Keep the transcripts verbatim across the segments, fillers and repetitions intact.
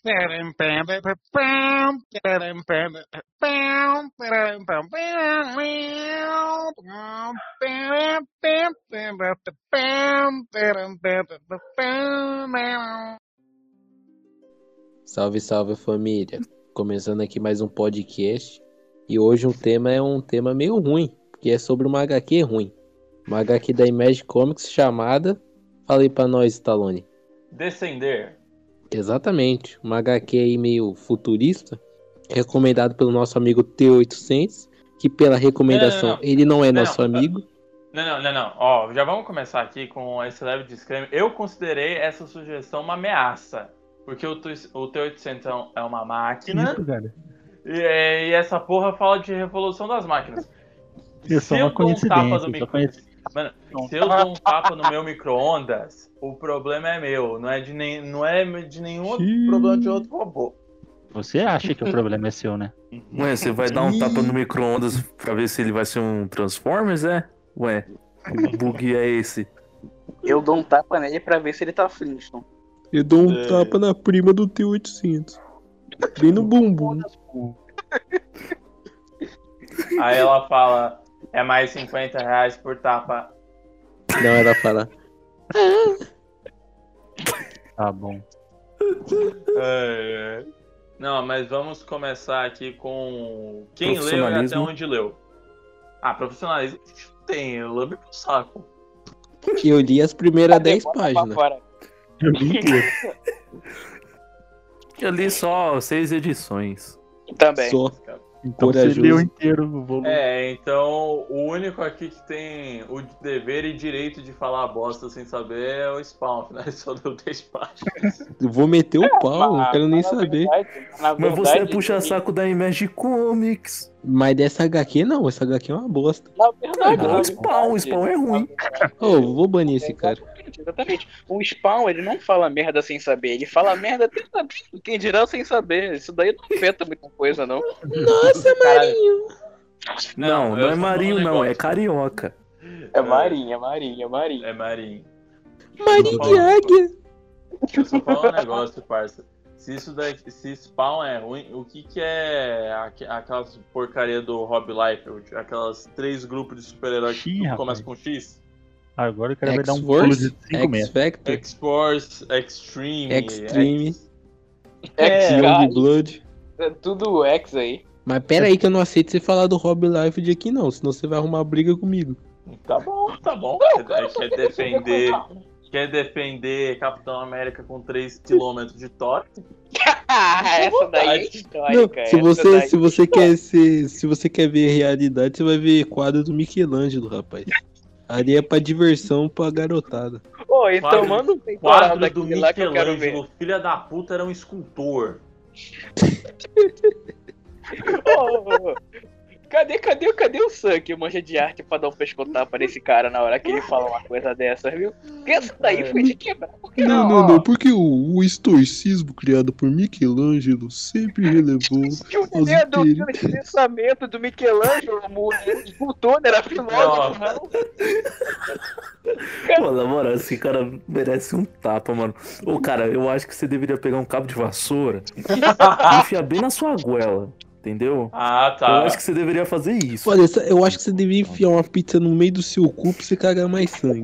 Salve, salve família! Começando aqui mais um podcast. E hoje o tema é um tema meio ruim, porque é sobre uma agá quê ruim. Uma agá quê da Image Comics chamada... Fala aí pra nós, Stallone. Descender. Exatamente, uma agá quê aí meio futurista, recomendado pelo nosso amigo T oitocentos, que pela recomendação Não, não, não. ele não é Não, nosso não. amigo. Não, não, não, não. Ó, já vamos começar aqui com esse leve disclaimer. Eu considerei essa sugestão uma ameaça. Porque o, o T oitocentos é uma máquina. Isso, cara. E, e essa porra fala de revolução das máquinas. É só uma coincidência. Do micro... conheci... Mano, se eu dou um tapa no meu micro-ondas, o problema é meu. Não é de, nem, não é de nenhum outro problema de outro robô. Você acha que o problema é seu, né? Ué, você vai dar um tapa no micro-ondas pra ver se ele vai ser um Transformers, é? Ué, que bug é esse? Eu dou um tapa nele pra ver se ele tá Flintstone. Eu dou um É. tapa na prima do T oitocentos. Bem no bumbum. Aí ela fala, é mais cinquenta reais por tapa. Não, ela fala... Tá bom. É, é. Não, mas vamos começar aqui com quem leu e até Profissionalismo. onde leu. Ah, profissionalismo a gente não tem, eu lambe pro saco. Eu li as primeiras dez Bota pra páginas. fora. Eu li inteiro. Eu li só seis edições. Também. Só. Então Corajoso. você leu inteiro o volume. É, então o único aqui que tem o dever e direito de falar bosta sem saber é o Spawn, né? Só deu dez páginas. Eu vou meter o pau, não quero nem Mas, na saber. verdade- na Mas você é verdade, puxa-saco da Image Comics. Mas dessa agá quê não, essa agá quê é uma bosta. Na É verdade, igual na o Spawn, o Spawn é ruim. Ô, vou banir esse cara. Exatamente, exatamente. O Spawn, ele não fala merda sem saber, ele fala merda até saber. Quem dirá sem saber. Isso daí não afeta muita coisa, não. Nossa, Marinho! Não, não, eu é só Marinho, falo um não, é negócio. carioca. É Marinha, Marinha, Marinha. É Marinho. Marinho de águia. Eu só falo um negócio, parça. Se isso daqui, se Spawn é ruim, o que que é aqu- aquelas porcaria do Rob Liefeld? Aquelas três grupos de super-heróis que Ih, tudo rapaz. começa com X? Agora o cara vai dar um pulo X-Force, de cinco metros. X-Factor, X-Force, Extreme, Extreme, X... É, Young cara, Blood. é tudo X aí. Mas pera aí que eu não aceito você falar do Rob Liefeld aqui não, senão você vai arrumar briga comigo. Tá bom, tá bom. Quer, quer defender, quer defender Capitão América com três quilômetros de torque? Ah, essa daí é Não, histórica. se essa você, daí. se você quer ser, se você quer ver realidade, você vai ver quadro do Michelangelo, rapaz. Ali é pra diversão pra garotada. Ô, então Quadro- manda um peitoral Quadro do daquele lá que eu quero ver. Michelangelo, filha da puta, era um escultor. Ô, ô, ô. Cadê, cadê, cadê o Sam que manja de arte pra dar um pescotapa nesse cara na hora que ele fala uma coisa dessa, viu? Porque essa daí foi de quebrar. Porque Não, ó, não, não, porque o, o estoicismo criado por Michelangelo sempre relevou Que o aos é a doutrina inteiros. de pensamento do Michelangelo, amor, escultor, não era filósofo, não. Pô, na moral, esse cara merece um tapa, mano. Ô, cara, eu acho que você deveria pegar um cabo de vassoura e enfiar bem na sua goela, entendeu? Ah, Eu tá. acho que você deveria fazer isso. Olha, essa- eu acho que você devia enfiar uma pizza no meio do seu cu pra você cagar mais sangue.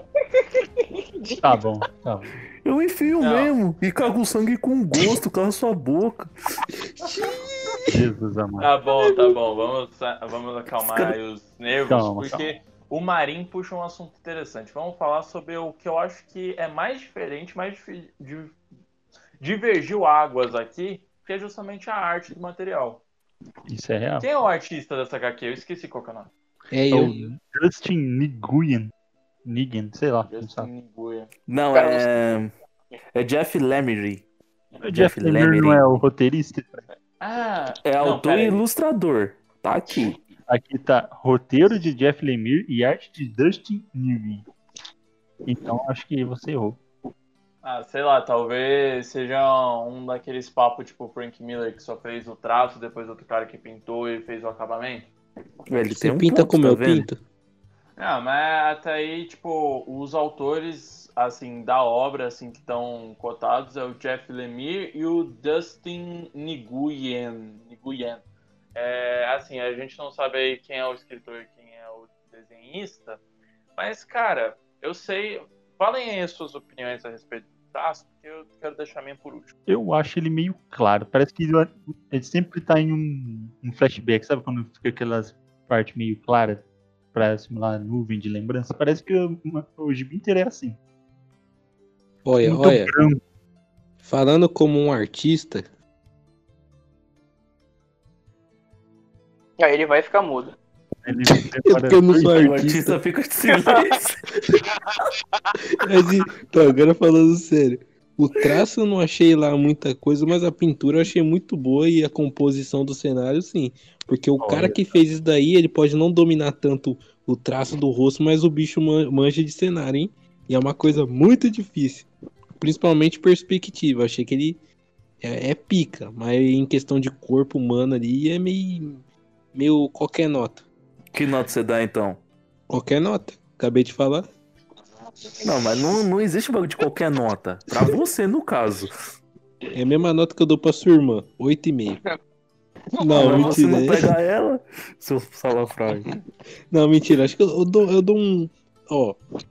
Tá bom, tá bom. Eu enfio Não. mesmo e cago sangue com gosto, cala sua boca. Jesus amado. Tá bom, tá bom. Vamos, vamos acalmar Cara- aí os nervos, Calma, porque o Marim puxa um assunto interessante. Vamos falar sobre o que eu acho que é mais diferente, mais difi- di- divergiu águas aqui, que é justamente a arte do material. Isso é real. Quem é o artista dessa H Q? Eu esqueci qual que é o nome. É É eu. o Justin Nguyen. Nigan, sei lá. não Justin sabe. Nguyen. Não, Cara, é. É Jeff Lemire. O Jeff Lemire não é o roteirista? Ah, É não, autor pera e aí. ilustrador. Tá aqui. Aqui tá roteiro de Jeff Lemire e arte de Dustin Nguyen. Então acho que você errou. Ah, sei lá, talvez seja um daqueles papos tipo Frank Miller que só fez o traço, depois outro cara que pintou e fez o acabamento. Ele Você tem um pinta ponto, como tá eu vendo? pinto? Não, mas até aí, tipo, os autores assim, da obra, assim, que estão cotados é o Jeff Lemire e o Dustin Nguyen. Nguyen. É, assim, a gente não sabe aí quem é o escritor e quem é o desenhista, mas, cara, eu sei... Falem aí as suas opiniões a respeito do traço, porque eu quero deixar a minha por último. Eu acho ele meio claro. Parece que ele, ele sempre tá em um, um flashback, sabe? Quando fica aquelas partes meio claras pra simular a nuvem de lembrança. Parece que o, o gibi inteiro é assim. Olha, Muito olha, branco. falando como um artista, Aí ele vai ficar mudo. Ele é prepara porque eu não sou O artista. artista fica de silêncio. Mas, e- então, agora falando sério, o traço eu não achei lá muita coisa, mas a pintura eu achei muito boa e a composição do cenário, sim. Porque o cara Olha. que fez isso daí, ele pode não dominar tanto o traço do rosto, mas o bicho man- manja de cenário, hein? E é uma coisa muito difícil. Principalmente perspectiva. Eu achei que ele é, é pica, mas em questão de corpo humano ali é meio, meio qualquer nota. Que nota você dá, então? Qualquer nota. Acabei de falar. Não, mas não, não existe bagulho de qualquer nota. Pra você, no caso. É a mesma nota que eu dou pra sua irmã. oito e meio. Não, Mas você mentira. não pega ela, seu salafrário. Não, mentira. Acho que eu, eu dou, eu dou um. Ó.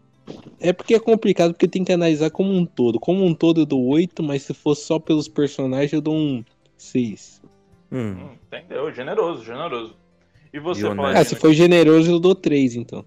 É porque é complicado, porque tem que analisar como um todo. Como um todo eu dou oito, mas se for só pelos personagens eu dou um seis. Hum, Hum, entendeu? Generoso, generoso. E você, E honesto. Paladino? Ah, se for generoso eu dou três, então.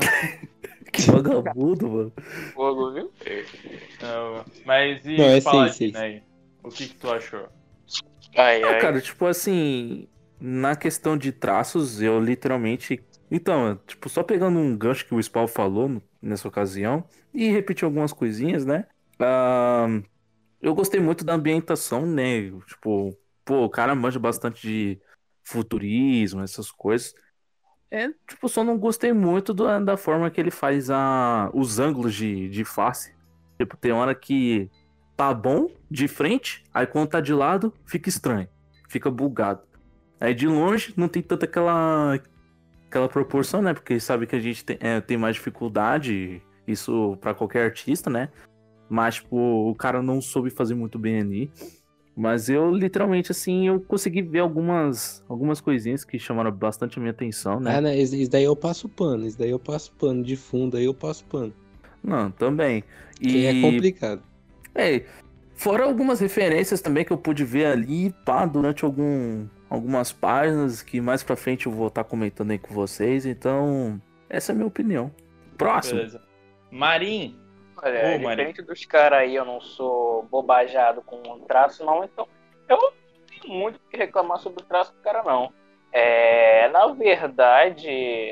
que vagabundo, mano. Fogo, viu? Não, mas e Não, é Paladino seis, seis. aí? O que que tu achou? Ai, Ah, ai. cara, tipo assim, na questão de traços, eu literalmente. Então, tipo, só pegando um gancho que o Spawn falou no- nessa ocasião e repetir algumas coisinhas, né? Ah, eu gostei muito da ambientação, né? Tipo, pô, o cara manja bastante de futurismo, essas coisas. É, tipo, só não gostei muito do- da forma que ele faz a, os ângulos de, de face. Tipo, tem hora que tá bom de frente, aí quando tá de lado, fica estranho, fica bugado. Aí de longe não tem tanta aquela, aquela proporção, né? Porque sabe que a gente tem, é, tem mais dificuldade, isso pra qualquer artista, né? Mas, tipo, o cara não soube fazer muito bem ali. Mas eu, literalmente, assim, eu consegui ver algumas, algumas coisinhas que chamaram bastante a minha atenção, né? Ah, né? Isso isso daí eu passo pano. Isso daí eu passo pano. De fundo aí eu passo pano. Não, também. Que é E, complicado. é, fora algumas referências também que eu pude ver ali, pá, durante algum, algumas páginas que mais pra frente eu vou estar comentando aí com vocês. Então, essa é a minha opinião. Próximo. Beleza. Marim, Olha, Ô, Mari. diferente dos caras aí, eu não sou bobajado com um traço, não, então eu não tenho muito o que reclamar sobre o traço do cara, não. É, na verdade,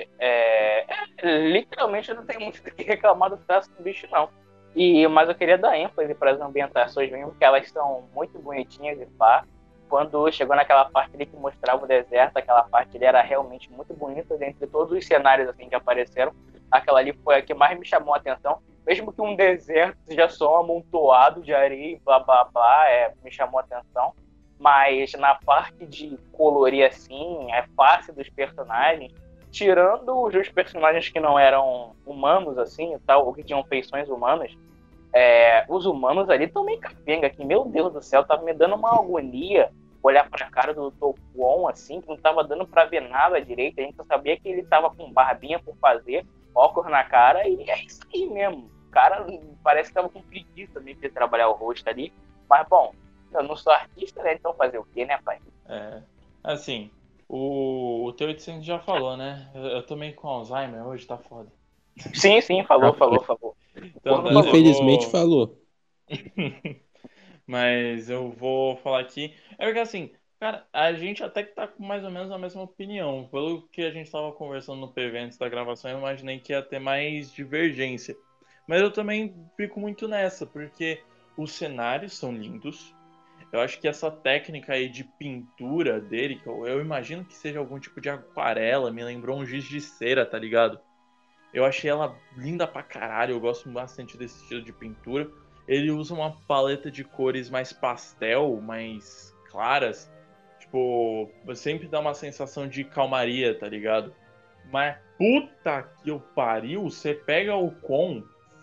é, é, literalmente eu não tenho muito o que reclamar do traço do bicho, não. E, mas eu queria dar ênfase para as ambientações mesmo, que elas são muito bonitinhas e pá. Quando chegou naquela parte ali que mostrava o deserto, aquela parte ali era realmente muito bonita, dentre todos os cenários assim que apareceram. Aquela ali foi a que mais me chamou a atenção. Mesmo que um deserto seja só um amontoado de areia e blá blá blá, é, me chamou a atenção. Mas na parte de colorir assim, a face dos personagens, tirando os dois personagens que não eram humanos assim e tal, ou que tinham feições humanas, é, os humanos ali estão meio capenga aqui. Meu Deus do céu, tava me dando uma agonia olhar pra cara do doutor Kwon assim, que não tava dando pra ver nada direito. A gente só sabia que ele tava com barbinha por fazer, óculos na cara, e é isso aí mesmo. O cara parece que tava com preguiça também de trabalhar o rosto ali. Mas, bom, eu não sou artista, né? Então fazer o quê, né, pai? é, assim, o, o T oitocentos já falou, né? Eu, eu tô meio com Alzheimer hoje, tá foda. Sim, sim, falou, falou, falou. Então, Porra, eu Infelizmente vou- falou. Mas eu vou falar aqui. É porque assim, cara, a gente até que tá com mais ou menos a mesma opinião. Pelo que a gente tava conversando no P V antes da gravação, eu imaginei que ia ter mais divergência. Mas eu também fico muito nessa, porque os cenários são lindos. Eu acho que essa técnica aí de pintura dele, que eu, eu imagino que seja algum tipo de aquarela, me lembrou um giz de cera, tá ligado? Eu achei ela linda pra caralho, eu gosto bastante desse estilo de pintura. Ele usa uma paleta de cores mais pastel, mais claras. Tipo, sempre dá uma sensação de calmaria, tá ligado? Mas puta que eu pariu, você pega o Kon,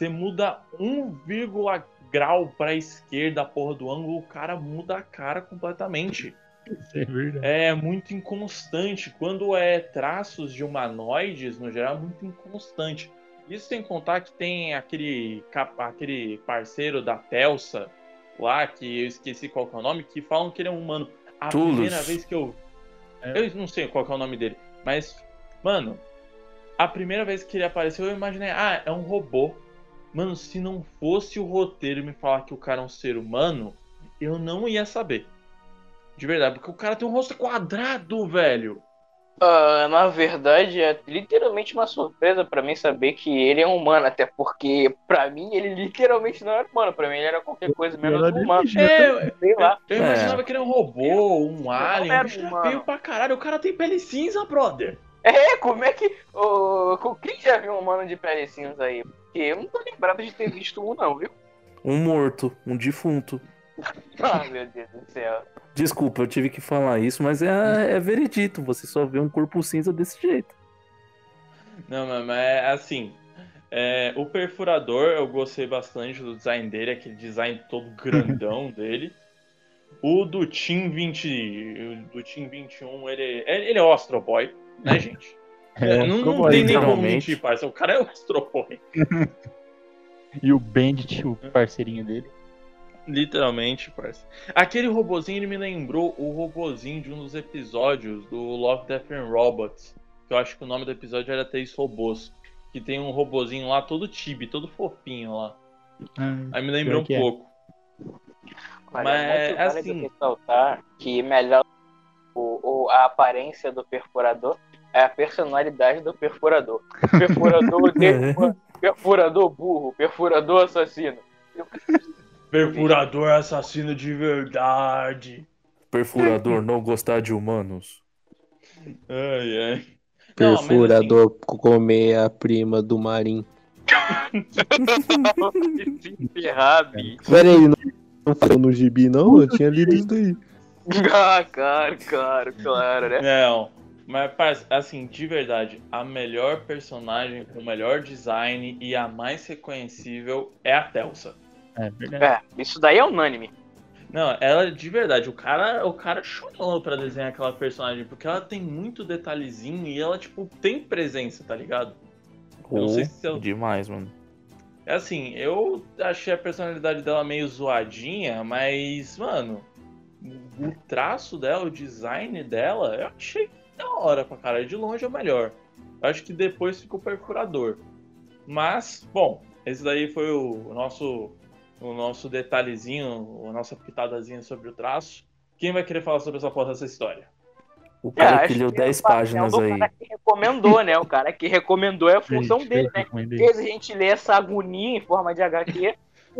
você muda um vírgula grau pra esquerda a porra do ângulo, o cara muda a cara completamente. Isso é verdade. É muito inconstante. Quando é traços de humanoides, no geral, é muito inconstante. Isso sem contar que tem aquele, aquele parceiro da Telsa lá, que eu esqueci qual que é o nome, que falam que ele é um humano. A Tulus. primeira vez que eu... Eu não sei qual que é o nome dele, mas, mano, a primeira vez que ele apareceu, eu imaginei, ah, é um robô. Mano, se não fosse o roteiro me falar que o cara é um ser humano, eu não ia saber. De verdade, porque o cara tem um rosto quadrado, velho. Uh, na verdade, é literalmente uma surpresa pra mim saber que ele é humano, até porque pra mim ele literalmente não era humano, pra mim ele era qualquer coisa menos Era um humano. É, Sei lá. eu imaginava que ele era um robô, um alien, era um bicho humano. feio pra caralho. O cara tem pele cinza, brother. É, como é que. Oh, quem já viu um humano de pele cinza aí? Porque eu não tô lembrado de ter visto um, não, viu? Um morto, um defunto. Ah, meu Deus do céu. Desculpa, eu tive que falar isso, mas é, é veredito. Você só vê um corpo cinza desse jeito. Não, mas mas é assim. é, o perfurador, eu gostei bastante do design dele, aquele design todo grandão dele. O do Team vinte. Do Team vinte e um, ele, ele é o Astro Boy, né, gente? É, não Astro não Boy, tem nem como literalmente. mentir, parça. O cara é o Astro Boy. E o Bandit, o parceirinho dele. Literalmente, parça. Aquele robozinho, ele me lembrou o robozinho de um dos episódios do Love, Death and Robots. Que eu acho que o nome do episódio era Três Robôs. Que tem um robozinho lá, todo chibi, todo fofinho lá. Ah, Aí me lembrou um pior que é. pouco. Mas, Mas, é muito válido assim- ressaltar que melhor o, o- a aparência do perfurador é a personalidade do perfurador. Perfurador dele, perfurador burro, perfurador assassino. Perfurador assassino de verdade. Perfurador não gostar de humanos. Ai, ai. Não, mas assim, Perfurador comer a prima do Marim. Se ferrar, bicho. Pera aí, não, não falou no gibi não? Eu tinha lido isso daí. Ah, claro, claro, claro, né? Não, mas parça, assim, de verdade, a melhor personagem com o melhor design e a mais reconhecível é a Telsa. É verdade. É, isso daí é unânime. Não, ela de verdade, o cara, o cara chorou pra desenhar aquela personagem, porque ela tem muito detalhezinho e ela, tipo, tem presença, tá ligado? Eu não sei se eu- Demais, mano. É assim, eu achei a personalidade dela meio zoadinha, mas, mano, o traço dela, o design dela, eu achei da hora pra caralho. De longe é o melhor. Eu acho que depois fica o perfurador. Mas, bom, esse daí foi o nosso, o nosso detalhezinho, a nossa pitadazinha sobre o traço. Quem vai querer falar sobre essa porra dessa história? O cara acho que leu que dez é o papel páginas do aí. cara que recomendou, né? O cara que recomendou é a função Gente, dele, eu né? recomendei. Fez a gente ler essa agonia em forma de H Q.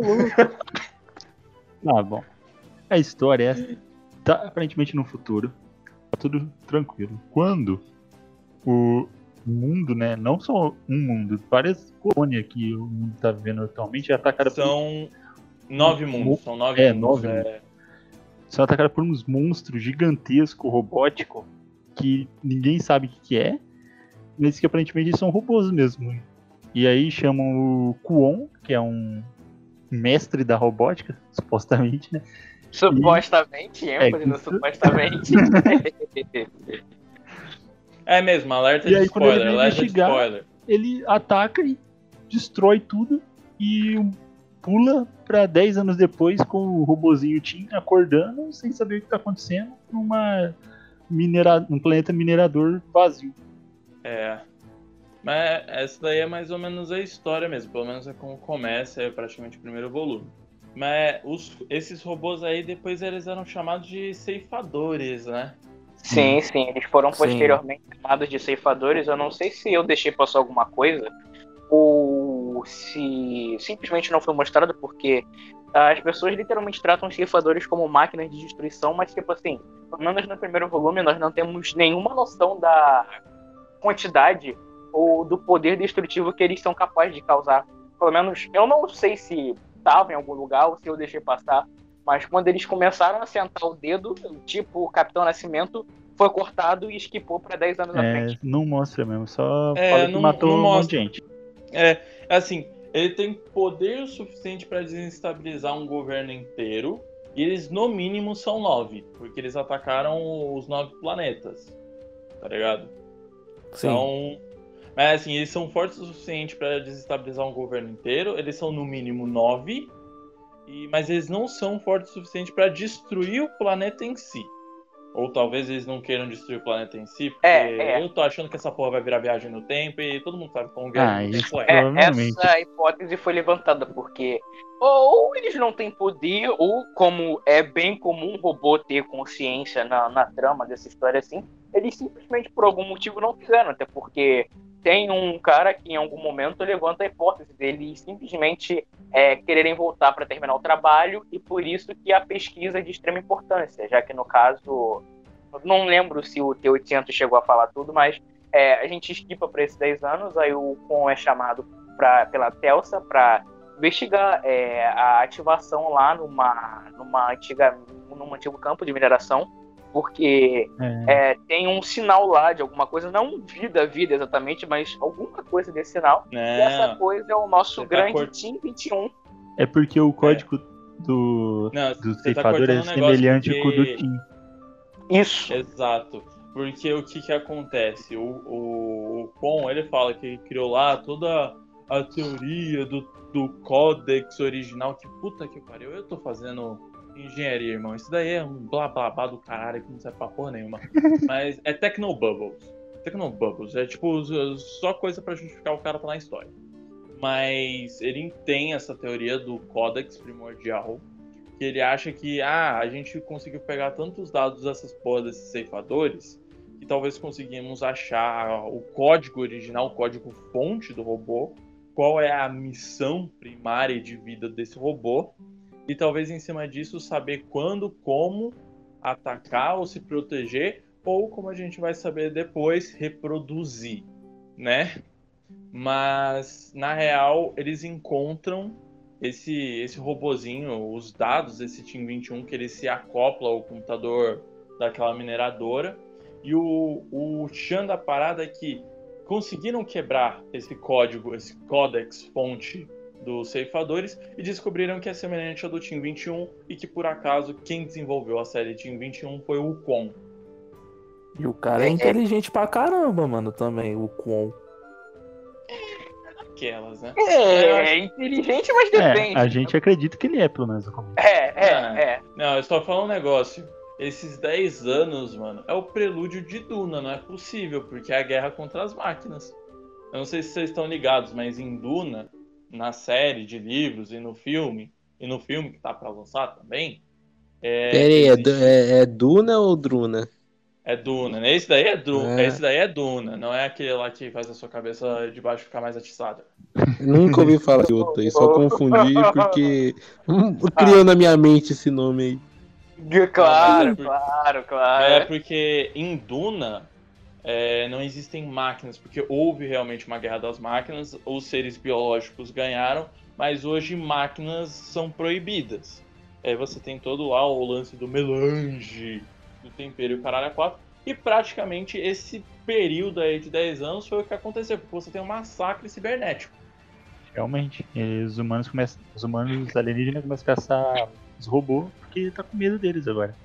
Ah, bom. A história é tá aparentemente no futuro. Tá tudo tranquilo. Quando o mundo, né? Não só um mundo, várias colônias que o mundo tá vivendo atualmente é atacada por, São nove mundos. São nove É, mundos. nove é. são atacadas por uns monstros gigantescos, robóticos, que ninguém sabe o que, que é, mas que aparentemente são robôs mesmo. E aí chamam o Kuon, que é um mestre da robótica, supostamente, né? Supostamente, É, ênfase no isso- supostamente. É mesmo, alerta E de aí, quando ele spoiler, vem alerta de investigar- spoiler. Ele ataca e destrói tudo e pula pra dez anos depois com o robozinho Tim acordando sem saber o que tá acontecendo numa minera... num planeta minerador vazio. É. Mas essa daí é mais ou menos a história mesmo. Pelo menos é como começa, é praticamente o primeiro volume. Mas os, esses robôs aí, depois eles eram chamados de ceifadores, né? Sim, sim, eles foram Sim. posteriormente chamados de ceifadores. Eu não sei se eu deixei passar alguma coisa ou se simplesmente não foi mostrado, porque as pessoas literalmente tratam os ceifadores como máquinas de destruição, mas tipo assim, pelo menos no primeiro volume nós não temos nenhuma noção da quantidade ou do poder destrutivo que eles são capazes de causar. Pelo menos eu não sei se estava em algum lugar ou se eu deixei passar, mas quando eles começaram a sentar o dedo, tipo o Capitão Nascimento foi cortado e esquipou para dez anos à É, frente. não mostra mesmo, só É, fala que não- matou não um monte mostra. de gente. É, assim, ele tem poder suficiente para desestabilizar um governo inteiro. E eles, no mínimo, são nove. Porque eles atacaram os nove planetas. Tá ligado? Sim. Então... Mas, assim, eles são fortes o suficiente para desestabilizar um governo inteiro. Eles são, no mínimo, nove. E... Mas eles não são fortes o suficiente para destruir o planeta em si. Ou talvez eles não queiram destruir o planeta em si, porque É, é. eu tô achando que essa porra vai virar viagem no tempo e todo mundo sabe como viagem Ah, no isso tempo é. É, provavelmente. essa hipótese foi levantada porque ou eles não têm poder, ou como é bem comum um robô ter consciência na, na trama dessa história assim, eles simplesmente por algum motivo não fizeram, até porque tem um cara que em algum momento levanta a hipótese deles simplesmente é, quererem voltar para terminar o trabalho e por isso que a pesquisa é de extrema importância, já que no caso, não lembro se o T oitocentos chegou a falar tudo, mas é, a gente esquipa para esses dez anos, aí o Kwon é chamado pra, pela Telsa para investigar é, a ativação lá numa, numa antiga, num antigo campo de mineração, porque É. é, tem um sinal lá de alguma coisa, não vida, vida exatamente, mas alguma coisa desse sinal. É. E essa coisa é o nosso Você tá grande cort- Team vinte e um. É porque o código do, Não, do você tá ceifador é cortando um negócio semelhante porque- com o do Tim. Isso. Exato. Porque o que que acontece? O, o, o Kwon, ele fala que ele criou lá toda a teoria do, do códex original. Que puta que pariu, eu tô fazendo engenharia, irmão. Isso daí é um blá blá blá do caralho que não serve pra porra nenhuma. Mas é Technobubbles. Technobubbles. É tipo só coisa pra justificar o cara tá na história. Mas ele tem essa teoria do códex primordial, que ele acha que ah, a gente conseguiu pegar tantos dados dessas porras desses ceifadores que talvez conseguimos achar o código original, o código fonte do robô, qual é a missão primária de vida desse robô, e talvez em cima disso saber quando, como atacar ou se proteger, ou como a gente vai saber depois, reproduzir, né? Mas na real eles encontram esse, esse robozinho, os dados desse Team vinte e um, que ele se acopla ao computador daquela mineradora. E o, o chan da parada é que conseguiram quebrar esse código, esse códex fonte dos ceifadores e descobriram que é semelhante ao do Team vinte e um e que por acaso quem desenvolveu a série Team vinte e um foi o Kwon. E o cara é inteligente pra caramba, mano, também, o Kwon. Aquelas, né? É, Eu acho- é inteligente, mas depende. É, a gente acredita que ele é, pelo menos, no começo. É, é, Ah. é. Não, eu só falo um negócio. Esses dez anos, mano, é o prelúdio de Duna, não é possível, porque é a guerra contra as máquinas. Eu não sei se vocês estão ligados, mas em Duna, na série de livros e no filme, e no filme que tá pra lançar também, é, Pera aí, é, existe- Du- é, é Duna ou Druna? é Duna, né? Esse daí é, Dru... É. Esse daí é Duna, não é aquele lá que faz a sua cabeça de baixo ficar mais atiçada. Nunca ouvi falar de outro aí, só confundi porque hum, criou na minha mente esse nome aí. Claro, Não, mas é claro, claro. É porque em Duna é, não existem máquinas, porque houve realmente uma guerra das máquinas, os seres biológicos ganharam, mas hoje máquinas são proibidas. Aí você tem todo lá o lance do melange, do tempero e o caralho a quatro, e praticamente esse período aí de dez anos foi o que aconteceu, porque você tem um massacre cibernético. Realmente. E os humanos começam. Os humanos os alienígenas começam a caçar os robôs porque tá com medo deles agora.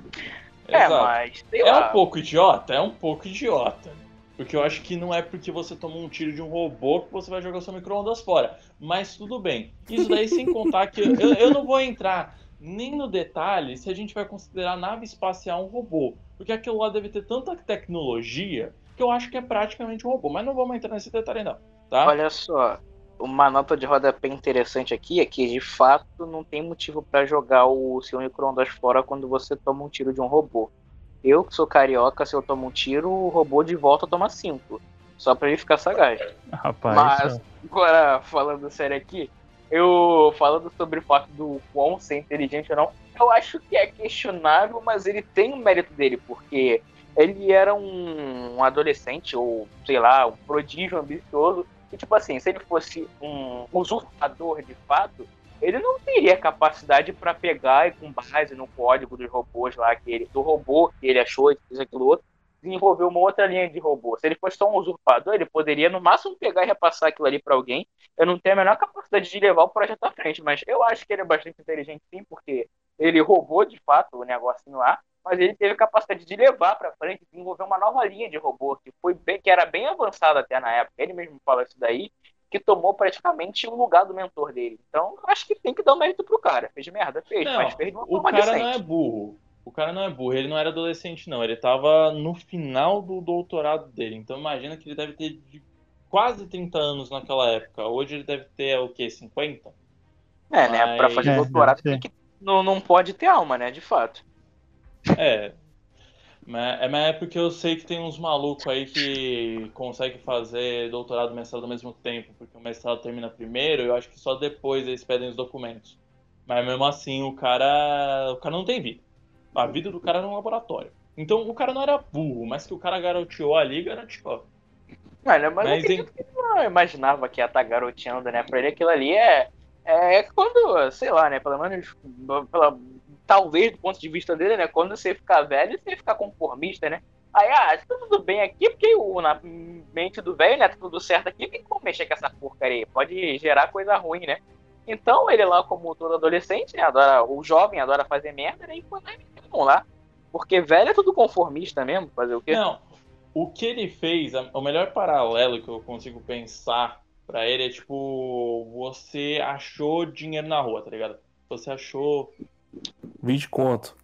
É, Exato. mas, sei É lá. um pouco idiota? É um pouco idiota. Porque eu acho que não é porque você toma um tiro de um robô que você vai jogar seu micro-ondas fora. Mas tudo bem. Isso daí sem contar que eu, eu não vou entrar nem no detalhe se a gente vai considerar a nave espacial um robô. Porque aquilo lá deve ter tanta tecnologia que eu acho que é praticamente um robô. Mas não vamos entrar nesse detalhe não, tá? Olha só, uma nota de rodapé interessante aqui é que, de fato, não tem motivo pra jogar o seu micro-ondas fora quando você toma um tiro de um robô. Eu, que sou carioca, se eu tomo um tiro, o robô de volta toma cinco. Só pra ele ficar sagaz. Rapaz, Mas, ó, agora, falando sério aqui, eu falando sobre o fato do Kwon ser inteligente ou não, eu acho que é questionável, mas ele tem o mérito dele, porque ele era um, um adolescente, ou sei lá, um prodígio ambicioso, e tipo assim, se ele fosse um usurpador de fato, ele não teria capacidade para pegar e com base no código dos robôs lá, que ele, do robô que ele achou, isso, aquilo outro, desenvolver uma outra linha de robô. Se ele fosse só um usurpador, ele poderia no máximo pegar e repassar aquilo ali para alguém. Eu não tenho a menor capacidade de levar o projeto à frente, mas eu acho que ele é bastante inteligente sim, porque ele roubou de fato o negocinho lá, mas ele teve capacidade de levar para frente, desenvolver uma nova linha de robô que foi bem, que era bem avançada até na época. Ele mesmo fala isso daí, que tomou praticamente o lugar do mentor dele. Então, acho que tem que dar um mérito pro cara. Fez merda, fez, Não, mas fez de uma o forma cara decente. não é burro. O cara não é burro, ele não era adolescente, não. Ele tava no final do doutorado dele. Então imagina que ele deve ter de quase trinta anos naquela época. Hoje ele deve ter, o quê, cinquenta? É, né? Pra Mas- fazer É, doutorado deve tem que, não, não pode ter alma, né? De fato. É. Mas é, mas é porque eu sei que tem uns malucos aí que conseguem fazer doutorado e mestrado ao mesmo tempo, porque o mestrado termina primeiro, eu acho que só depois eles pedem os documentos. Mas mesmo assim, o cara. O cara não tem vida. A vida do cara era um laboratório. Então o cara não era burro, mas que o cara garoteou ali, garoteou. Mano, mas, Mas eu em- acredito que ele não imaginava que ia estar garoteando, né? Pra ele aquilo ali é, é quando, sei lá, né? Pelo menos, pela, talvez do ponto de vista dele, né? Quando você ficar velho, você ficar conformista, né? Aí, ah, tá tudo bem aqui, porque o, na mente do velho, né? Tá tudo certo aqui, tem como mexer com essa porcaria aí? Pode gerar coisa ruim, né? Então, ele lá, como todo adolescente, né? Adora, o jovem adora fazer merda, né? E foi lá e vamos lá. Porque velho é tudo conformista mesmo, fazer o quê? Não, o que ele fez, a- o melhor paralelo que eu consigo pensar pra ele é tipo, você achou dinheiro na rua, tá ligado? Você achou. vinte conto.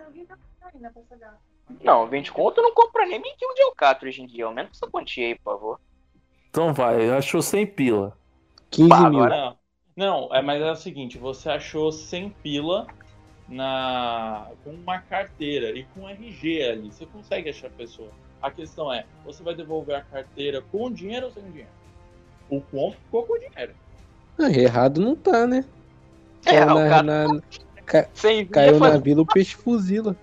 Não, vinte conto não compra nem vinte e um de alcatra hoje em dia. Aumenta essa quantia aí, por favor. Então vai, achou cem pila. quinze Pá, mil. agora- Não, não, é, mas é o seguinte, você achou cem pila na com uma carteira e com R G ali. Você consegue achar a pessoa. A questão é, você vai devolver a carteira com dinheiro ou sem dinheiro? O com ficou com dinheiro. Ah, errado não tá, né? É, Caiu o na, cara na- ca- sem caiu vinha na vila, o peixe fuzila.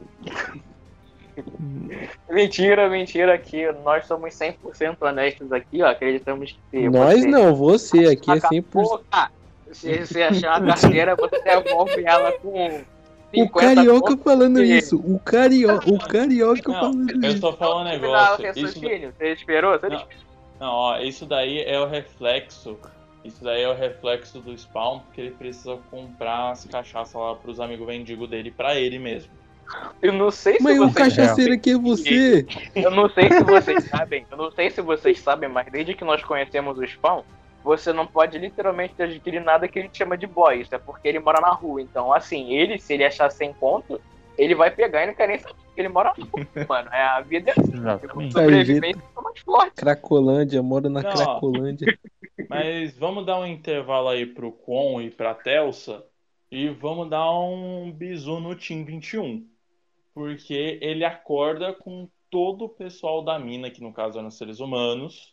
Mentira, mentira, aqui nós somos cem por cento honestos aqui, ó. Acreditamos que se Nós você não, você aqui é cem por cento. acabou, ah, se você achar a carteira, você devolve ela com O cinquenta carioca conto. falando e- isso. O carioca, o carioca Não, falando eu isso. só falo um Terminar o negócio. Isso, raciocínio, você esperou? Você Não. não, ó, isso daí é o reflexo. Isso daí é o reflexo do Spawn, porque ele precisa comprar as cachaças lá pros amigos mendigos dele pra ele mesmo. Eu não sei se Mas o vocês cachaceiro aqui é você. Eu não sei se vocês sabem, eu não sei se vocês sabem, mas desde que nós conhecemos o Spawn, você não pode literalmente adquirir nada que ele chama de boy. Isso é porque ele mora na rua. Então, assim, ele, se ele achar cem pontos, ele vai pegar e não quer nem saber que ele mora na rua, mano. É, a vida é assim. Exatamente. Sobrevivência é mais forte. Cracolândia, mora na Não, ó. Cracolândia. Mas vamos dar um intervalo aí pro Kwon e pra Telsa e vamos dar um bisu no Team vinte e um. Porque ele acorda com todo o pessoal da mina, que no caso eram seres humanos,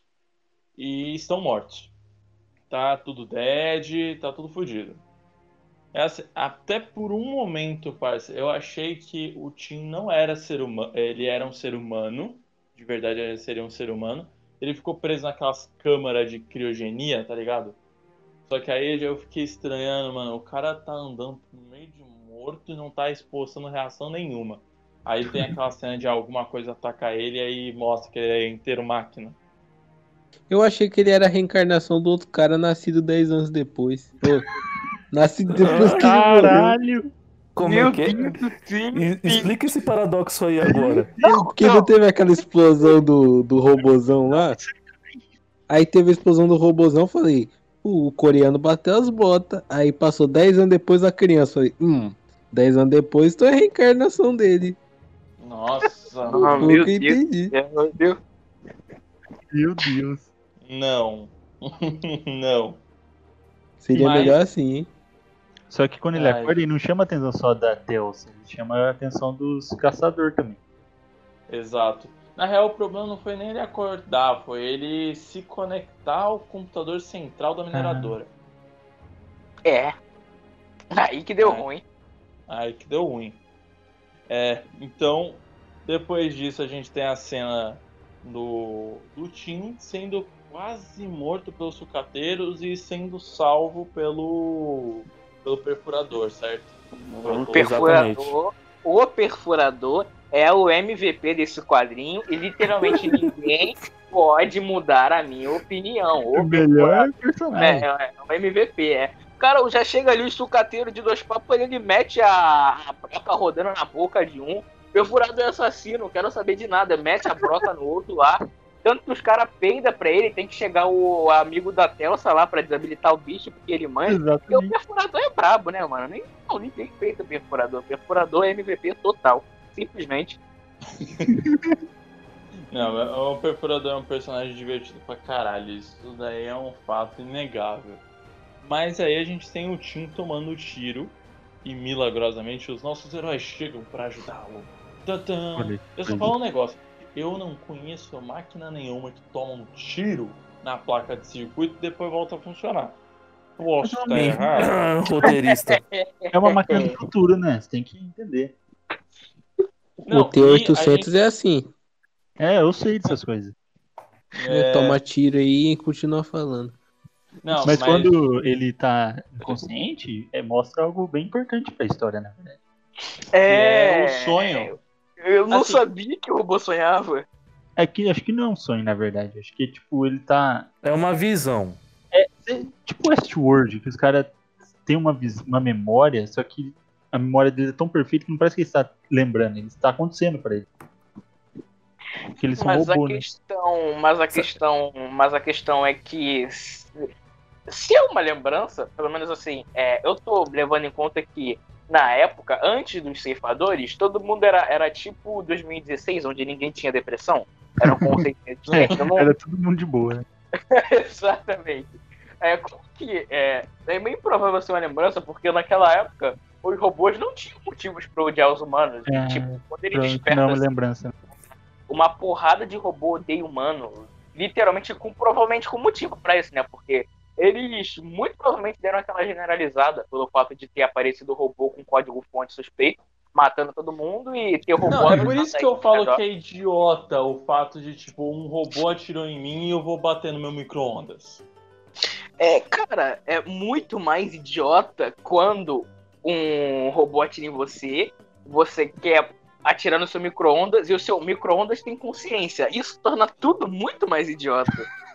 e estão mortos. Tá tudo dead, tá tudo fodido. É assim, até por um momento, parça, eu achei que o Tim não era ser humano, ele era um ser humano, de verdade ele seria um ser humano. Ele ficou preso naquelas câmaras de criogenia, tá ligado? Só que aí eu fiquei estranhando, mano, o cara tá andando no meio de morto e não tá expostando reação nenhuma. Aí tem aquela cena de alguma coisa atacar ele e aí mostra que ele é inteiro máquina. Eu achei que ele era a reencarnação do outro cara nascido dez anos depois. Ô, nascido depois que ele morreu. Caralho! Como Meu é que é? Deus do céu. E- Explica esse paradoxo aí agora. Porque não teve aquela explosão do, do robozão lá? Aí teve a explosão do robozão, eu falei, o coreano bateu as botas. Aí passou dez anos depois a criança. Falei, hum, dez anos depois então é a reencarnação dele. Nossa, Ah, Foi meu o que eu Deus. entendi. Meu Deus. Meu Deus. não. Não. Seria Mas- melhor assim, hein? Só que quando ele Ai. acorda, ele não chama a atenção só da Telsa, ele chama a atenção dos caçadores também. Exato. Na real, o problema não foi nem ele acordar, foi ele se conectar ao computador central da mineradora. É. Aí que deu É. ruim. Aí que deu ruim. É, então, depois disso a gente tem a cena do, do Tim sendo quase morto pelos sucateiros e sendo salvo pelo, pelo perfurador, certo? Um perfurador. O perfurador é o M V P desse quadrinho e literalmente ninguém pode mudar a minha opinião. O O melhor É, personagem. é, é o M V P, é. Cara, já chega ali o sucateiro de dois papos, ele mete a, a broca rodando na boca de um. Perfurado é assassino, não quero saber de nada. Mete a broca no outro lá. Tanto que os caras peidam pra ele, tem que chegar o amigo da Telsa lá pra desabilitar o bicho, porque ele manja. E o Exatamente. perfurador é brabo, né, mano? Nem, não, ninguém feita o perfurador. Perfurador é M V P total. Simplesmente. Não, o Perfurador é um personagem divertido pra caralho. Isso daí é um fato inegável. Mas aí a gente tem o Tim tomando tiro e milagrosamente os nossos heróis chegam pra ajudá-lo. Tantã. Olha, Eu só falo um negócio. Eu não conheço máquina nenhuma que toma um tiro na placa de circuito e depois volta a funcionar. Posso estar errado? Roteirista. É uma máquina do futuro, né? Você tem que entender. Não, o T e a oitocentos gente- é assim. É, eu sei dessas coisas. É... Toma tiro aí e continua falando. Não, mas, quando ele tá inconsciente, é, mostra algo bem importante pra história, né? É, é o sonho. Eu não Assim, sabia que o robô sonhava. É que acho que não é um sonho, na verdade. Acho que, tipo, ele tá... É uma visão. É, é tipo Westworld, que os caras têm uma, vis... uma memória, só que a memória dele é tão perfeita que não parece que ele está lembrando, ele está acontecendo pra ele. Porque eles são Mas robô, a né? questão, mas a questão, mas a questão é que se, se é uma lembrança, pelo menos assim, é, eu tô levando em conta que na época, antes dos ceifadores, todo mundo era, era tipo dois mil e dezesseis, onde ninguém tinha depressão. Era um conceito diferente. É, era todo mundo de boa, né? Exatamente. É, como que é, é meio improvável ser uma lembrança, porque naquela época os robôs não tinham motivos para odiar os humanos. É, E, tipo, quando ele Provavelmente desperta não é uma assim, lembrança. uma porrada de robô odeia humano, literalmente, com, provavelmente com motivo pra isso, né? Porque eles muito provavelmente deram aquela generalizada pelo fato de ter aparecido robô com código-fonte suspeito, matando todo mundo e ter robô... Não, é por isso que eu falo redor. que é idiota o fato de, tipo, um robô atirou em mim e eu vou bater no meu micro-ondas. É, cara, é muito mais idiota quando um robô atira em você, você quer atirar no seu micro-ondas e o seu micro-ondas tem consciência. Isso torna tudo muito mais idiota.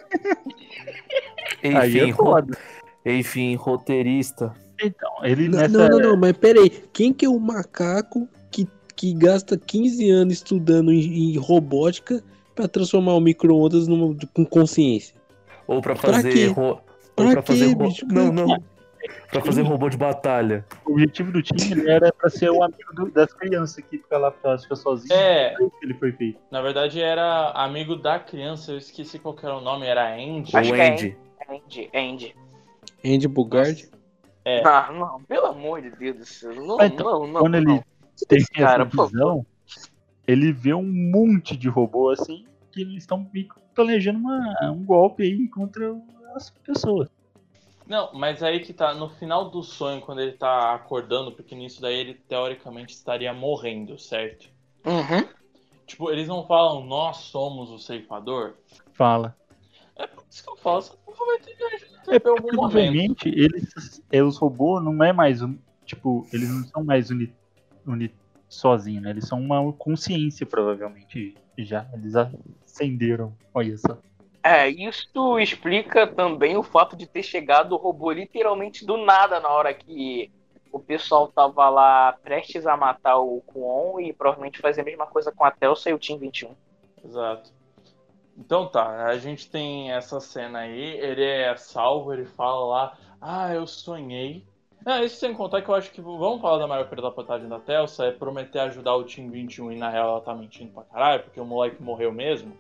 Aí é Enfim, foda. ro... Enfim, roteirista. Então, ele Não, nessa... não, não, não, mas peraí. Quem que é o macaco que, que gasta quinze anos estudando em, em robótica pra transformar o micro-ondas numa- com consciência? Ou pra Pra fazer. quê? Ro... Ou Pra pra fazer. quê, ro- bicho? Não, Pra não. Pra fazer robô de batalha. O objetivo do time ele era pra ser o amigo do- das crianças que fica lá pra ficar sozinho. É, Foi isso que ele foi feito. na verdade era amigo da criança, eu esqueci qual que era o nome, era Andy. Acho O que é Andy. Andy, Andy. Andy Bugard? É. Não, não, pelo amor de Deus do céu. Não, Mas então, não, não, Quando ele não. tem Esse cara, essa por visão, ele vê um monte de robô assim que eles estão meio que planejando uma- um golpe aí contra as pessoas. Não, mas aí que tá, no final do sonho, quando ele tá acordando, porque nisso daí ele teoricamente estaria morrendo, certo? Uhum. Tipo, eles não falam, nós somos o ceifador? Fala. É por isso que eu falo, essa porra vai ter que É em porque algum momento. provavelmente eles, é, os robôs não é mais um, tipo, eles não são mais uni, uni sozinhos, né? Eles são uma consciência provavelmente já. Eles acenderam. Olha só. É, isso explica também o fato de ter chegado o robô literalmente do nada na hora que o pessoal tava lá prestes a matar o Kwon e provavelmente fazer a mesma coisa com a Telsa e o Team vinte e um. Exato. Então tá, a gente tem essa cena aí, ele é salvo, ele fala lá, ah, eu sonhei. Ah, isso sem contar que eu acho que, vamos falar da maior filha da potagem da Telsa, é prometer ajudar o Team vinte e um e na real ela tá mentindo pra caralho, porque o moleque morreu mesmo.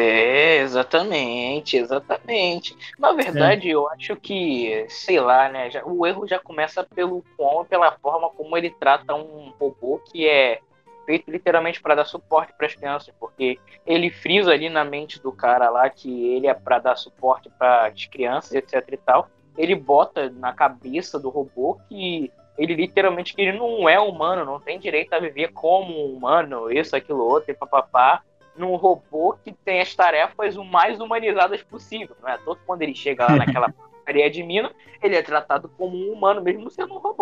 É, exatamente, exatamente. Na verdade, eu acho que, sei lá, né, já- o erro já começa pelo Kwon, pela forma como ele trata um robô que é feito literalmente para dar suporte para as crianças, porque ele frisa ali na mente do cara lá que ele é para dar suporte para as crianças, etc e tal. Ele bota na cabeça do robô que ele literalmente que ele não é humano, não tem direito a viver como um humano, isso, aquilo, outro, e papapá, num robô que tem as tarefas o mais humanizadas possível, não é? Todo quando ele chega lá naquela porcaria de mina, ele é tratado como um humano, mesmo sendo um robô.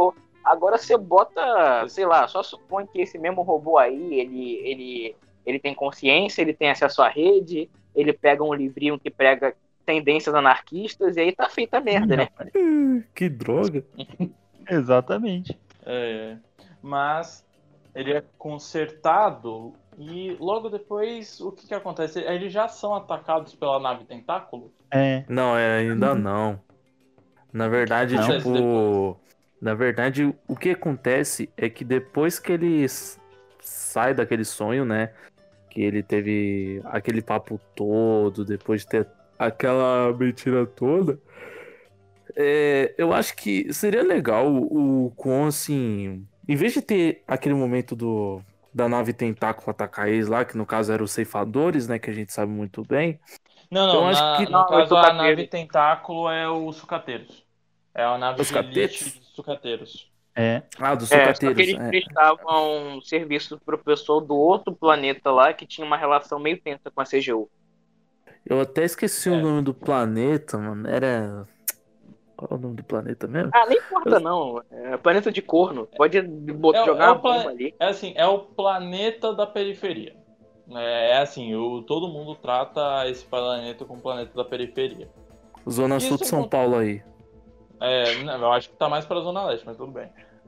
Agora você bota, sei lá, só supõe que esse mesmo robô aí, ele, ele, ele tem consciência, ele tem acesso à rede, ele pega um livrinho que prega tendências anarquistas e aí tá feita a merda, né? Que droga. Exatamente. É, mas ele é consertado e logo depois o que que acontece? Eles já são atacados pela nave tentáculo? É. Não, é, ainda não. Na verdade, Não. tipo. Na verdade, o que acontece é que depois que ele s- sai daquele sonho, né? Que ele teve aquele papo todo, depois de ter aquela mentira toda. é, eu acho que seria legal o, o Kwon, assim. Em vez de ter aquele momento do, da nave tentáculo atacar eles lá, que no caso eram os ceifadores, né? Que a gente sabe muito bem. Não, não, Eu acho na- que- no Não, caso os a sucateiros. nave tentáculo é os sucateiros. É a nave Os de elite catetes? dos sucateiros. É. Ah, dos É, só que sucateiros. eles é. prestavam serviço pro pessoal do outro planeta lá que tinha uma relação meio tensa com a C G U. Eu até esqueci É. o nome do planeta, mano. Era. Qual é o nome do planeta mesmo? Ah, nem importa não. É planeta de corno. Pode botar, É, jogar é uma o pla- bomba ali. é assim, é o planeta da periferia. É, é assim, o, todo mundo trata esse planeta como planeta da periferia. Zona Isso Sul de São enquanto- Paulo aí. É, não, eu acho que tá mais pra Zona Leste, mas tudo bem.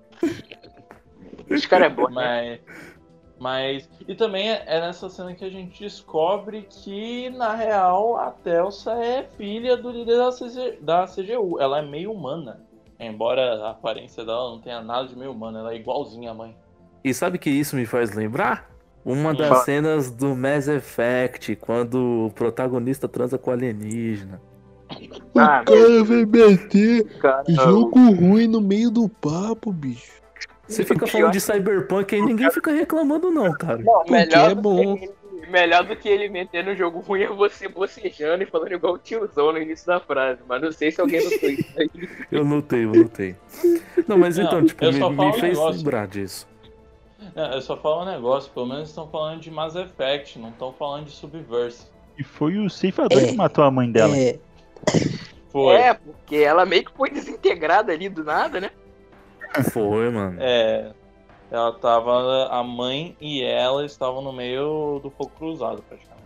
Esse cara é bom, né? Mas, mas. E também é é nessa cena que a gente descobre que, na real, a Telsa é filha do líder da, C G, da C G U. Ela é meio humana. Embora a aparência dela não tenha nada de meio humana, ela é igualzinha à mãe. E sabe que isso me faz lembrar? Uma Hum. das cenas do Mass Effect, quando o protagonista transa com o alienígena. Ah, cara vai meter cara, jogo ruim no meio do papo, bicho. Você fica falando de Cyberpunk e ninguém fica reclamando não, cara. Não, Porque melhor, é do bom. Que ele, melhor do que ele meter no jogo ruim é você bocejando e falando igual o tiozão no início da frase. Mas não sei se alguém notou isso aí. Eu notei, eu notei. Não, mas Não, então, tipo, eu me, só me falo um fez negócio. lembrar disso. Não, eu só falo um negócio, pelo menos estão falando de Mass Effect, não estão falando de Subverse. E foi o ceifador É. que matou a mãe dela. É, Foi. É, porque ela meio que foi desintegrada ali do nada, né? Foi, mano. É, ela tava. A mãe e ela estavam no meio do fogo cruzado, praticamente.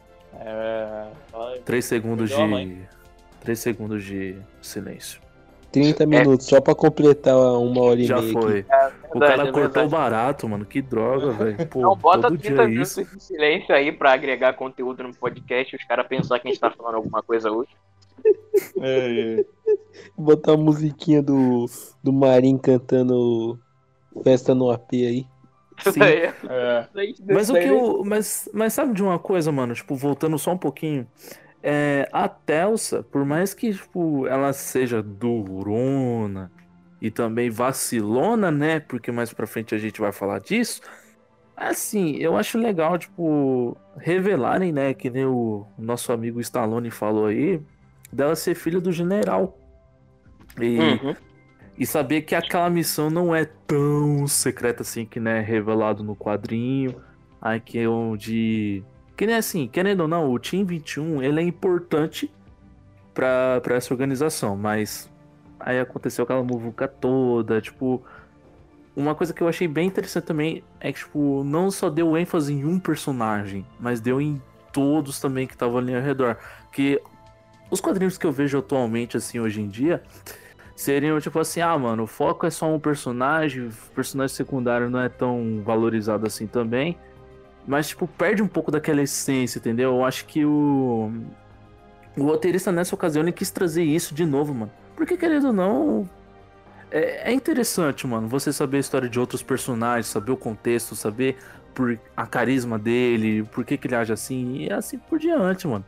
É, ela- Três segundos Perdeu a mãe. de. Três segundos de silêncio. trinta minutos só pra completar uma hora e Já meia foi. aqui. O Verdade, cara é cortou verdade. barato, mano. Que droga, velho. Pô, Não, bota todo trinta dia minutos isso. de silêncio aí pra agregar conteúdo no podcast e os caras pensar que a gente tá falando alguma coisa hoje. É, é. Botar a musiquinha do, do Marim cantando Festa no A P aí. Sim. É. É. Mas o que eu. Mas, mas sabe de uma coisa, mano? Tipo, voltando só um pouquinho. É, a Telsa, por mais que tipo, ela seja durona e também vacilona, né? Porque mais pra frente a gente vai falar disso. Assim, eu acho legal, tipo, revelarem, né? Que nem o nosso amigo Stallone falou aí, dela ser filha do general. E, Uhum. e saber que aquela missão não é tão secreta assim, que né, é revelado no quadrinho. Aí que é onde. Que nem assim, querendo ou não, o Team vinte e um ele é importante pra, pra essa organização, mas aí aconteceu aquela muvuca toda, tipo. Uma coisa que eu achei bem interessante também é que, tipo, não só deu ênfase em um personagem, mas deu em todos também que estavam ali ao redor. Que os quadrinhos que eu vejo atualmente, assim, hoje em dia, seriam tipo assim, ah, mano, o foco é só um personagem, o personagem secundário não é tão valorizado assim também. Mas, tipo, perde um pouco daquela essência, entendeu? Eu acho que o. O roteirista nessa ocasião ele quis trazer isso de novo, mano. Porque, querendo ou não. É, é interessante, mano, você saber a história de outros personagens, saber o contexto, saber por a carisma dele, por que, que ele age assim, e assim por diante, mano.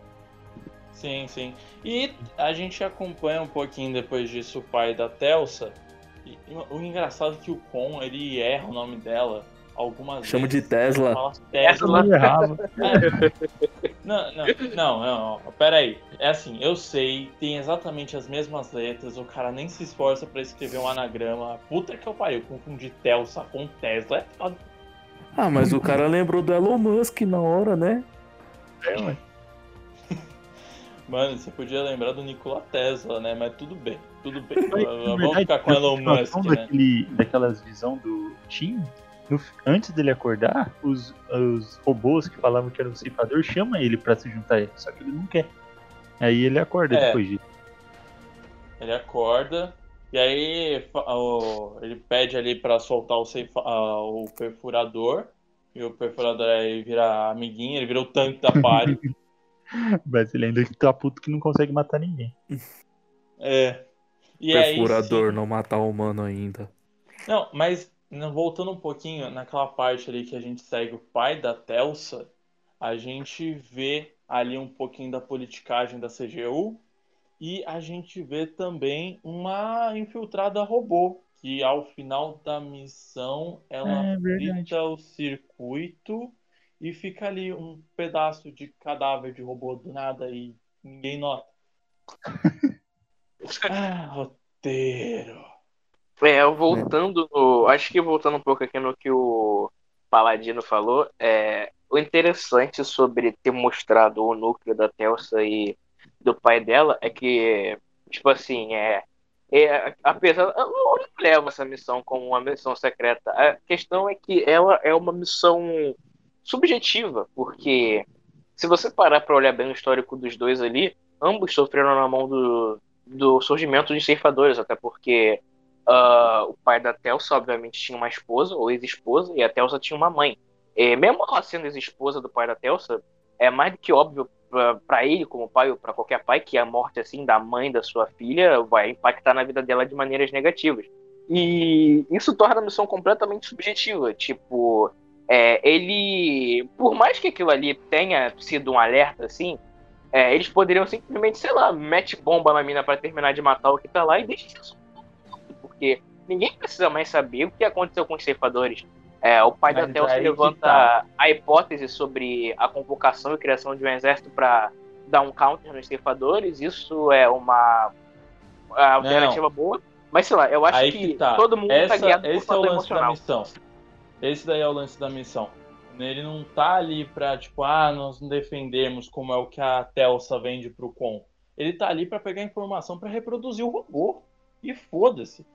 Sim, sim. E a gente acompanha um pouquinho depois disso o pai da Telsa. E, e o engraçado é que o Kon, ele erra o nome dela algumas Chama de vezes. Tesla. Ele fala Tesla. Tesla. Não errava. Não, não, não, não, pera aí. É assim, eu sei, tem exatamente as mesmas letras, o cara nem se esforça pra escrever um anagrama. Puta que eu pariu, confundir Telsa com Tesla é foda. Ah, mas o cara lembrou do Elon Musk na hora, né? Mano, você podia lembrar do Nikola Tesla, né? Mas tudo bem, tudo bem. Mas, na Vamos verdade, ficar com na Elon Musk, continuação né? daquele, daquelas visão do Tim, no- antes dele acordar, os, os robôs que falavam que era um ceifador chamam ele pra se juntar a ele, só que ele não quer. Aí ele acorda É. depois disso. Ele acorda e aí fa- o- ele pede ali pra soltar o, ceifa, ah, o perfurador. E o perfurador aí vira amiguinho, ele vira o tanque da party. Mas ele ainda tá puto que não consegue matar ninguém. É. E aí Perfurador, sim. não matar o humano ainda. Não, mas não, voltando um pouquinho naquela parte ali que a gente segue o pai da Telsa, a gente vê ali um pouquinho da politicagem da C G U e a gente vê também uma infiltrada robô, que ao final da missão ela É verdade. frita o circuito e fica ali um pedaço de cadáver de robô do nada e ninguém nota. Ah, roteiro. É, voltando no. Acho que voltando um pouco aqui no que o Paladino falou, é, o interessante sobre ter mostrado o núcleo da Telsa e do pai dela é que, tipo assim, é, é apesar. Eu não levo essa missão como uma missão secreta. A questão é que ela é uma missão subjetiva, porque se você parar para olhar bem o histórico dos dois ali, ambos sofreram na mão do, do surgimento de ceifadores, até porque. Uh, o pai da Telsa, obviamente, tinha uma esposa ou ex-esposa, e a Telsa tinha uma mãe. E mesmo ela sendo ex-esposa do pai da Telsa, é mais do que óbvio para ele, como pai, ou para qualquer pai, que a morte assim da mãe da sua filha vai impactar na vida dela de maneiras negativas. E isso torna a missão completamente subjetiva. Tipo, é, ele. Por mais que aquilo ali tenha sido um alerta, assim, é, eles poderiam simplesmente, sei lá, mete bomba na mina para terminar de matar o que tá lá e deixa isso. Porque ninguém precisa mais saber o que aconteceu com os ceifadores. É, o pai Mas da Telsa aí que levanta tá. a hipótese sobre a convocação e criação de um exército para dar um counter nos ceifadores. Isso é uma alternativa boa. Mas sei lá, eu acho Aí que, que tá. todo mundo Essa, tá guiado por esse é o fator lance da emocional. missão. Esse daí é o lance da missão. Ele não tá ali pra, tipo, ah, nós não defendemos como é o que a Telsa vende pro Con. Ele tá ali pra pegar informação pra reproduzir o robô. E foda-se.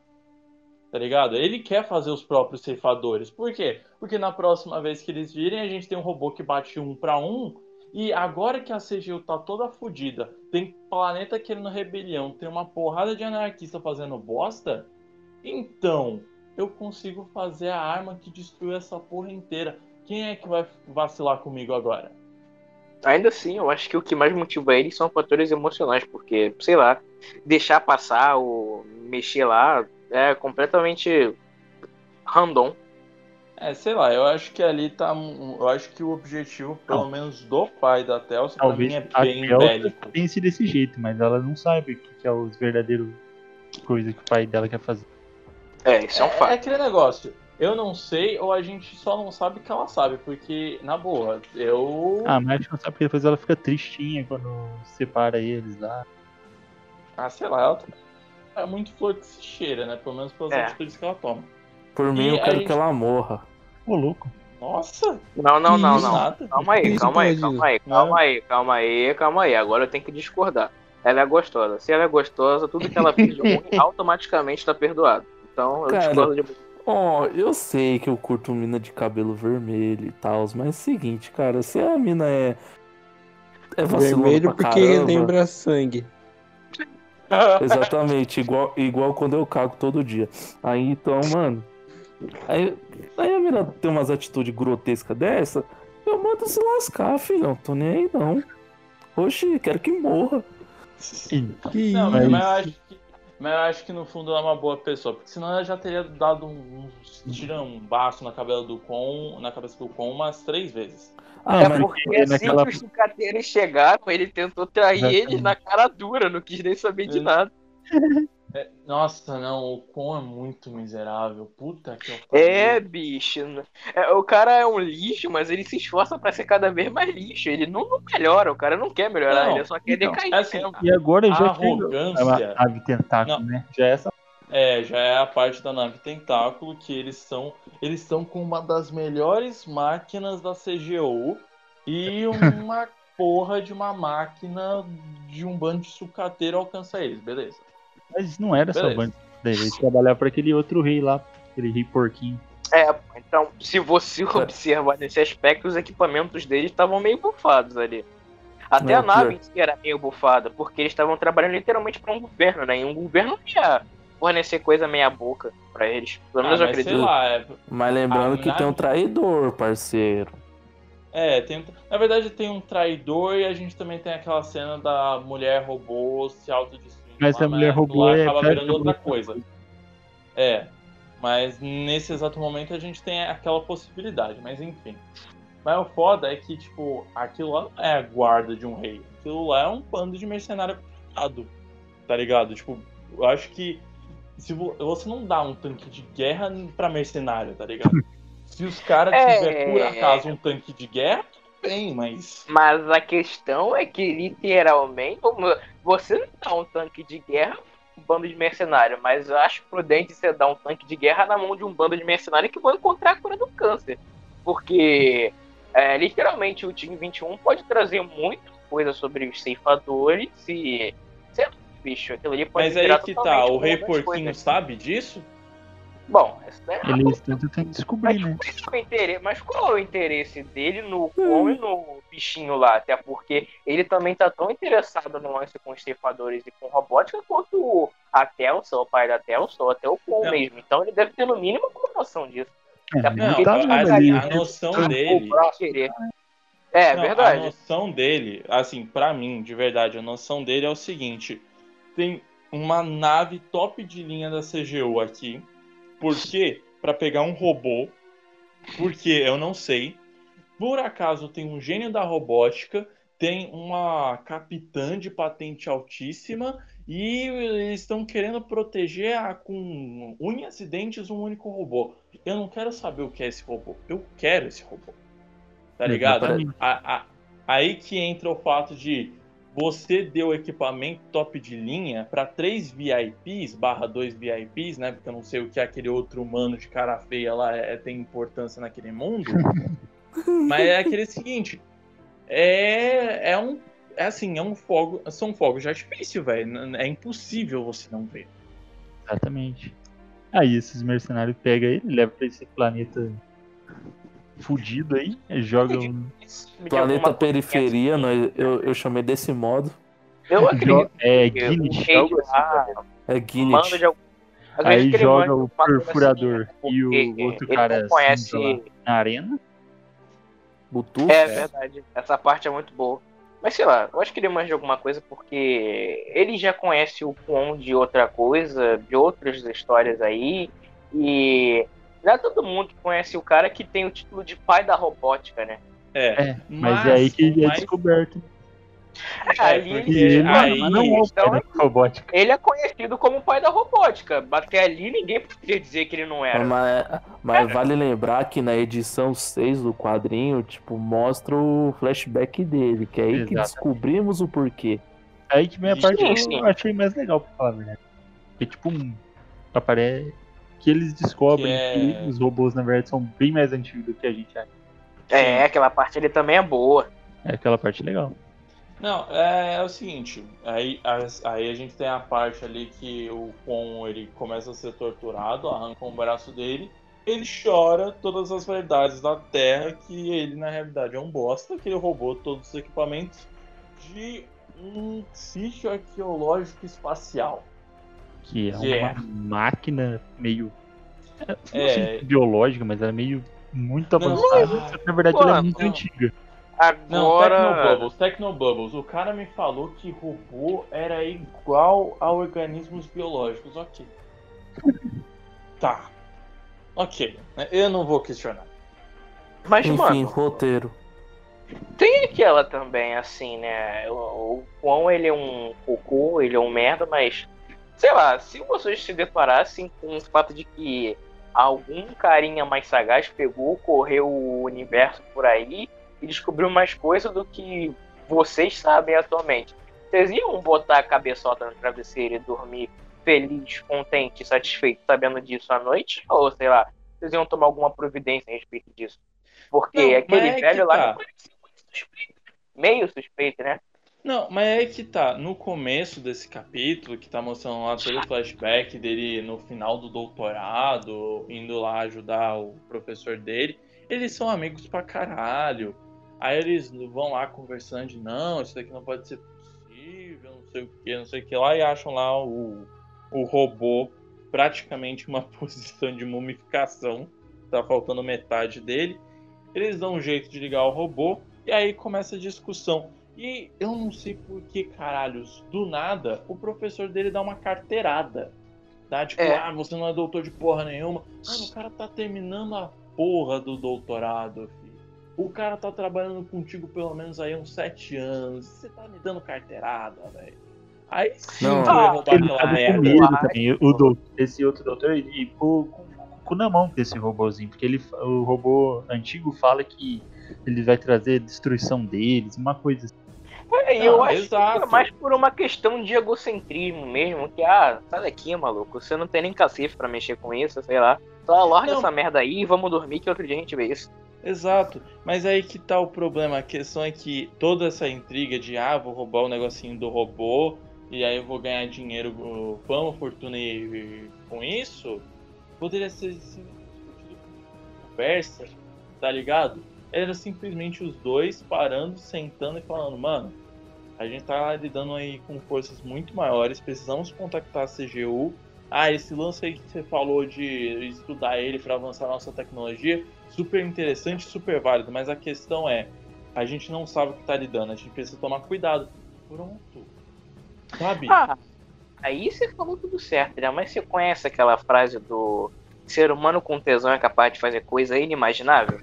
Tá ligado? Ele quer fazer os próprios ceifadores. Por quê? Porque na próxima vez que eles virem, a gente tem um robô que bate um pra um. E agora que a C G U tá toda fodida, tem planeta querendo rebelião, tem uma porrada de anarquista fazendo bosta. Então, eu consigo fazer a arma que destruiu essa porra inteira. Quem é que vai vacilar comigo agora? Ainda assim, eu acho que o que mais motiva eles são fatores emocionais, porque, sei lá, deixar passar ou mexer lá é completamente random. É, sei lá, eu acho que ali tá. Eu acho que o objetivo, pelo Não. menos do pai da Telsa, pra Talvez mim é a bem Telsa bélico. pense desse jeito, mas ela não sabe o que que é os verdadeiros coisas que o pai dela quer fazer. É, isso é, um É, é fato. aquele negócio. Eu não sei, ou a gente só não sabe que ela sabe, porque, na boa, eu. Ah, mas acho que não sabe porque depois ela fica tristinha quando separa eles lá. Ah, sei lá, ela é muito flor que se cheira, né? Pelo menos pelas É. atitudes que ela toma. Por mim, E eu a quero gente- que ela morra. Ô, louco. Nossa, Não, não, Que não, isso? não. nada. Calma aí, Que isso, calma aí, Paladino? calma aí, calma aí, calma aí, calma aí. Agora eu tenho que discordar. Ela é gostosa. Se ela é gostosa, tudo que ela fez de ruim automaticamente tá perdoado. Então eu Cara, discordo de Ó, eu sei que eu curto mina de cabelo vermelho e tal, mas é o seguinte, cara, se a mina é. É vacilona Vermelho pra porque caramba. lembra sangue. Exatamente, igual, igual quando eu cago todo dia. Aí então, mano. Aí, aí a mina tem umas atitudes grotescas dessa, eu mando se lascar, filhão. Tô nem aí não. Oxi, quero que morra. Que Não, Mas- mas, eu acho que, mas eu acho que no fundo ela é uma boa pessoa, porque senão ela já teria dado um, um tira um baço na cabeça do Con, na cabeça do Con umas três vezes. Ah, É mas porque assim naquela- que os sucateiros chegaram, ele tentou trair Exatamente. eles na cara dura, não quis nem saber de nada. É, nossa, não, o Con é muito miserável. Puta que eu É, bicho. É, o cara é um lixo, mas ele se esforça pra ser cada vez mais lixo. Ele não, não melhora, o cara não quer melhorar, Não, ele só quer então, decair. assim, mesmo. E agora A já chega arrogância- a ave tentáculo, Não. né? Já é essa. É, já é a parte da nave tentáculo que eles são, eles são com uma das melhores máquinas da C G U e uma porra de uma máquina de um bando de sucateiro alcança eles, beleza. Mas não era só Beleza. bando dele, ele trabalhava para aquele outro rei lá, aquele rei porquinho. É, então, se você observar nesse aspecto, os equipamentos deles estavam meio bufados ali. Até Não, a nave pior. em si era meio bufada, porque eles estavam trabalhando literalmente para um governo, né? E um governo não ia fornecer coisa meia boca pra eles. Pelo Ah, menos eu mas sei acredito. lá, é, Mas lembrando A que tem um nave- traidor, parceiro. é, tem, na verdade tem um traidor e a gente também tem aquela cena da mulher robô se autodestruindo. Mas lá, a mulher aquilo robô lá é acaba virando outra praticamente coisa. É, mas nesse exato momento a gente tem aquela possibilidade, mas enfim. Mas o foda é que, tipo, aquilo lá não é a guarda de um rei. Aquilo lá é um bando de mercenário contratado, tá ligado? Tipo, eu acho que se vo- você não dá um tanque de guerra pra mercenário, tá ligado? Se os caras É. tiver por acaso um tanque de guerra, tudo bem, mas... Mas a questão é que, literalmente, você não dá um tanque de guerra pra um bando de mercenário, mas eu acho prudente você dar um tanque de guerra na mão de um bando de mercenários que vão encontrar a cura do câncer. Porque, é, literalmente, o Team vinte e um pode trazer muita coisa sobre os ceifadores e... Sei lá, bicho, aquilo ali pode Mas aí virar que tá, totalmente o uma rei das porquinho coisas. sabe disso? Bom, isso é Eles estão tentando descobrir, Mas, né? qual é o interesse, mas qual é o interesse dele no Kwon e no bichinho lá? Até porque ele também tá tão interessado no lance com os ceifadores e com robótica quanto a Telsa, o pai da Telsa, ou até o Kwon Não. mesmo. Então ele deve ter no mínimo uma noção disso. É, Até ele Não, porque tá ele vendo assim, ali, a né? noção Trancou o dele... braço. querer. É, Não, verdade. A noção dele, assim, pra mim, de verdade, a noção dele é o seguinte: tem uma nave top de linha da C G U aqui. Por quê? Pra pegar um robô. Porque eu não sei. Por acaso tem um gênio da robótica, tem uma capitã de patente altíssima e eles estão querendo proteger a, com unhas e dentes um único robô. Eu não quero saber o que é esse robô. Eu quero esse robô. Tá ligado? Exatamente. A- a- aí que entra o fato de você deu equipamento top de linha para três V I Ps, barra dois V I Ps, né? Porque eu não sei o que aquele outro humano de cara feia lá é, tem importância naquele mundo. Mas é aquele seguinte, é, é um, é assim, é um fogo, são fogos de artifício, velho. É impossível você não ver. Exatamente. Aí esses mercenários pegam ele, levam pra esse planeta fudido aí, jogam. Me diga Planeta alguma coisa periferia, assim. nós- eu, eu chamei desse modo. Eu acredito É que Guinness, o rei algo assim, lá É manda Guinness. de algum... acredito Aí que ele joga manda o uma coisa perfurador assim, e o porque outro ele cara não conhece... cinza lá na arena. Bluetooth. É verdade, essa parte é muito boa. Mas sei lá, eu acho que ele manja de alguma coisa porque ele já conhece o Kwon de outra coisa, de outras histórias aí, e não é todo mundo que conhece o cara que tem o título de pai da robótica, né? É, É, mas, é aí que ele é mas- descoberto. É, Ali porque E ele, aí- mano, não é o então, pai da robótica. ele é conhecido como o pai da robótica. Até ali ninguém podia dizer que ele não era. Mas, mas vale lembrar que na edição seis do quadrinho, tipo, mostra o flashback dele, que é aí que Exatamente. descobrimos o porquê. Aí que vem a parte Sim, que sim. eu achei mais legal, pra falar a verdade. Que tipo, um, aparece que eles descobrem Que é- que os robôs, na verdade, são bem mais antigos do que a gente acha. É, aquela parte ali também é boa. É aquela parte legal. Não, é, é o seguinte, aí, as- aí a gente tem a parte ali que o Kwon, ele começa a ser torturado, arranca um braço dele, ele chora todas as verdades da Terra, que ele na realidade é um bosta, que ele roubou todos os equipamentos de um sítio arqueológico espacial. Que é Que uma é. máquina meio. Não É. sei, biológica, mas ela é meio muito Não, avançada. ah, Só que na verdade ela é mano, muito não. antiga. Não, Agora. Tecnobubbles, Tecnobubbles. O cara me falou que robô era igual a organismos biológicos. Ok. Tá. Ok. Eu não vou questionar. Mas, Enfim, mano, roteiro. tem aquela também, assim, né? O, o Kwon, ele é um cocô, ele é um merda, mas. Sei lá, se vocês se deparassem com o fato de que algum carinha mais sagaz pegou, correu o universo por aí e descobriu mais coisa do que vocês sabem atualmente, vocês iam botar a cabeçota no travesseiro e dormir feliz, contente, satisfeito, sabendo disso à noite? Ou, sei lá, vocês iam tomar alguma providência a respeito disso? Porque Não, aquele mas é velho que lá tá. me parecia muito suspeito. meio suspeito, né? Não, mas é que tá, no começo desse capítulo, que tá mostrando lá todo o flashback dele no final do doutorado, indo lá ajudar o professor dele, eles são amigos pra caralho. Aí eles vão lá conversando de, não, isso daqui não pode ser possível, não sei o que, não sei o que lá, e acham lá o, o robô praticamente uma posição de mumificação, tá faltando metade dele. Eles dão um jeito de ligar o robô, e aí começa a discussão. E eu não sei por que, caralhos, do nada, o professor dele dá uma carteirada. Tá? Tipo, É. ah, você não é doutor de porra nenhuma. Mano, o cara tá terminando a porra do doutorado, filho. O cara tá trabalhando contigo pelo menos aí uns sete anos. Você tá me dando carteirada, velho. Aí sim Não, tu vai ah, roubar Ele aquela tava com merda. medo acho. também. O doutor, esse outro doutor, ele ficou com o cu na mão desse robôzinho, porque ele, o robô antigo fala que ele vai trazer a destruição deles, uma coisa assim. É, e Não, eu acho exato. que é mais por uma questão de egocentrismo mesmo, que, ah, sai daqui, maluco, você não tem nem cacife pra mexer com isso, sei lá. Só larga Não. essa merda aí e vamos dormir que outro dia a gente vê isso. Exato, mas aí que tá o problema. A questão é que toda essa intriga de ah, vou roubar o negocinho do robô e aí eu vou ganhar dinheiro, fama, fortuna e, e com isso, poderia ser assim, conversa, tá ligado? Era simplesmente os dois parando, sentando e falando, mano, a gente tá lidando aí com forças muito maiores, precisamos contactar a C G U. Ah, esse lance aí que você falou de estudar ele para avançar a nossa tecnologia, super interessante, super válido, mas a questão é, a gente não sabe o que tá lidando, a gente precisa tomar cuidado. Pronto. Sabe? Ah, aí você falou tudo certo, né? Mas você conhece aquela frase do ser humano com tesão é capaz de fazer coisa inimaginável?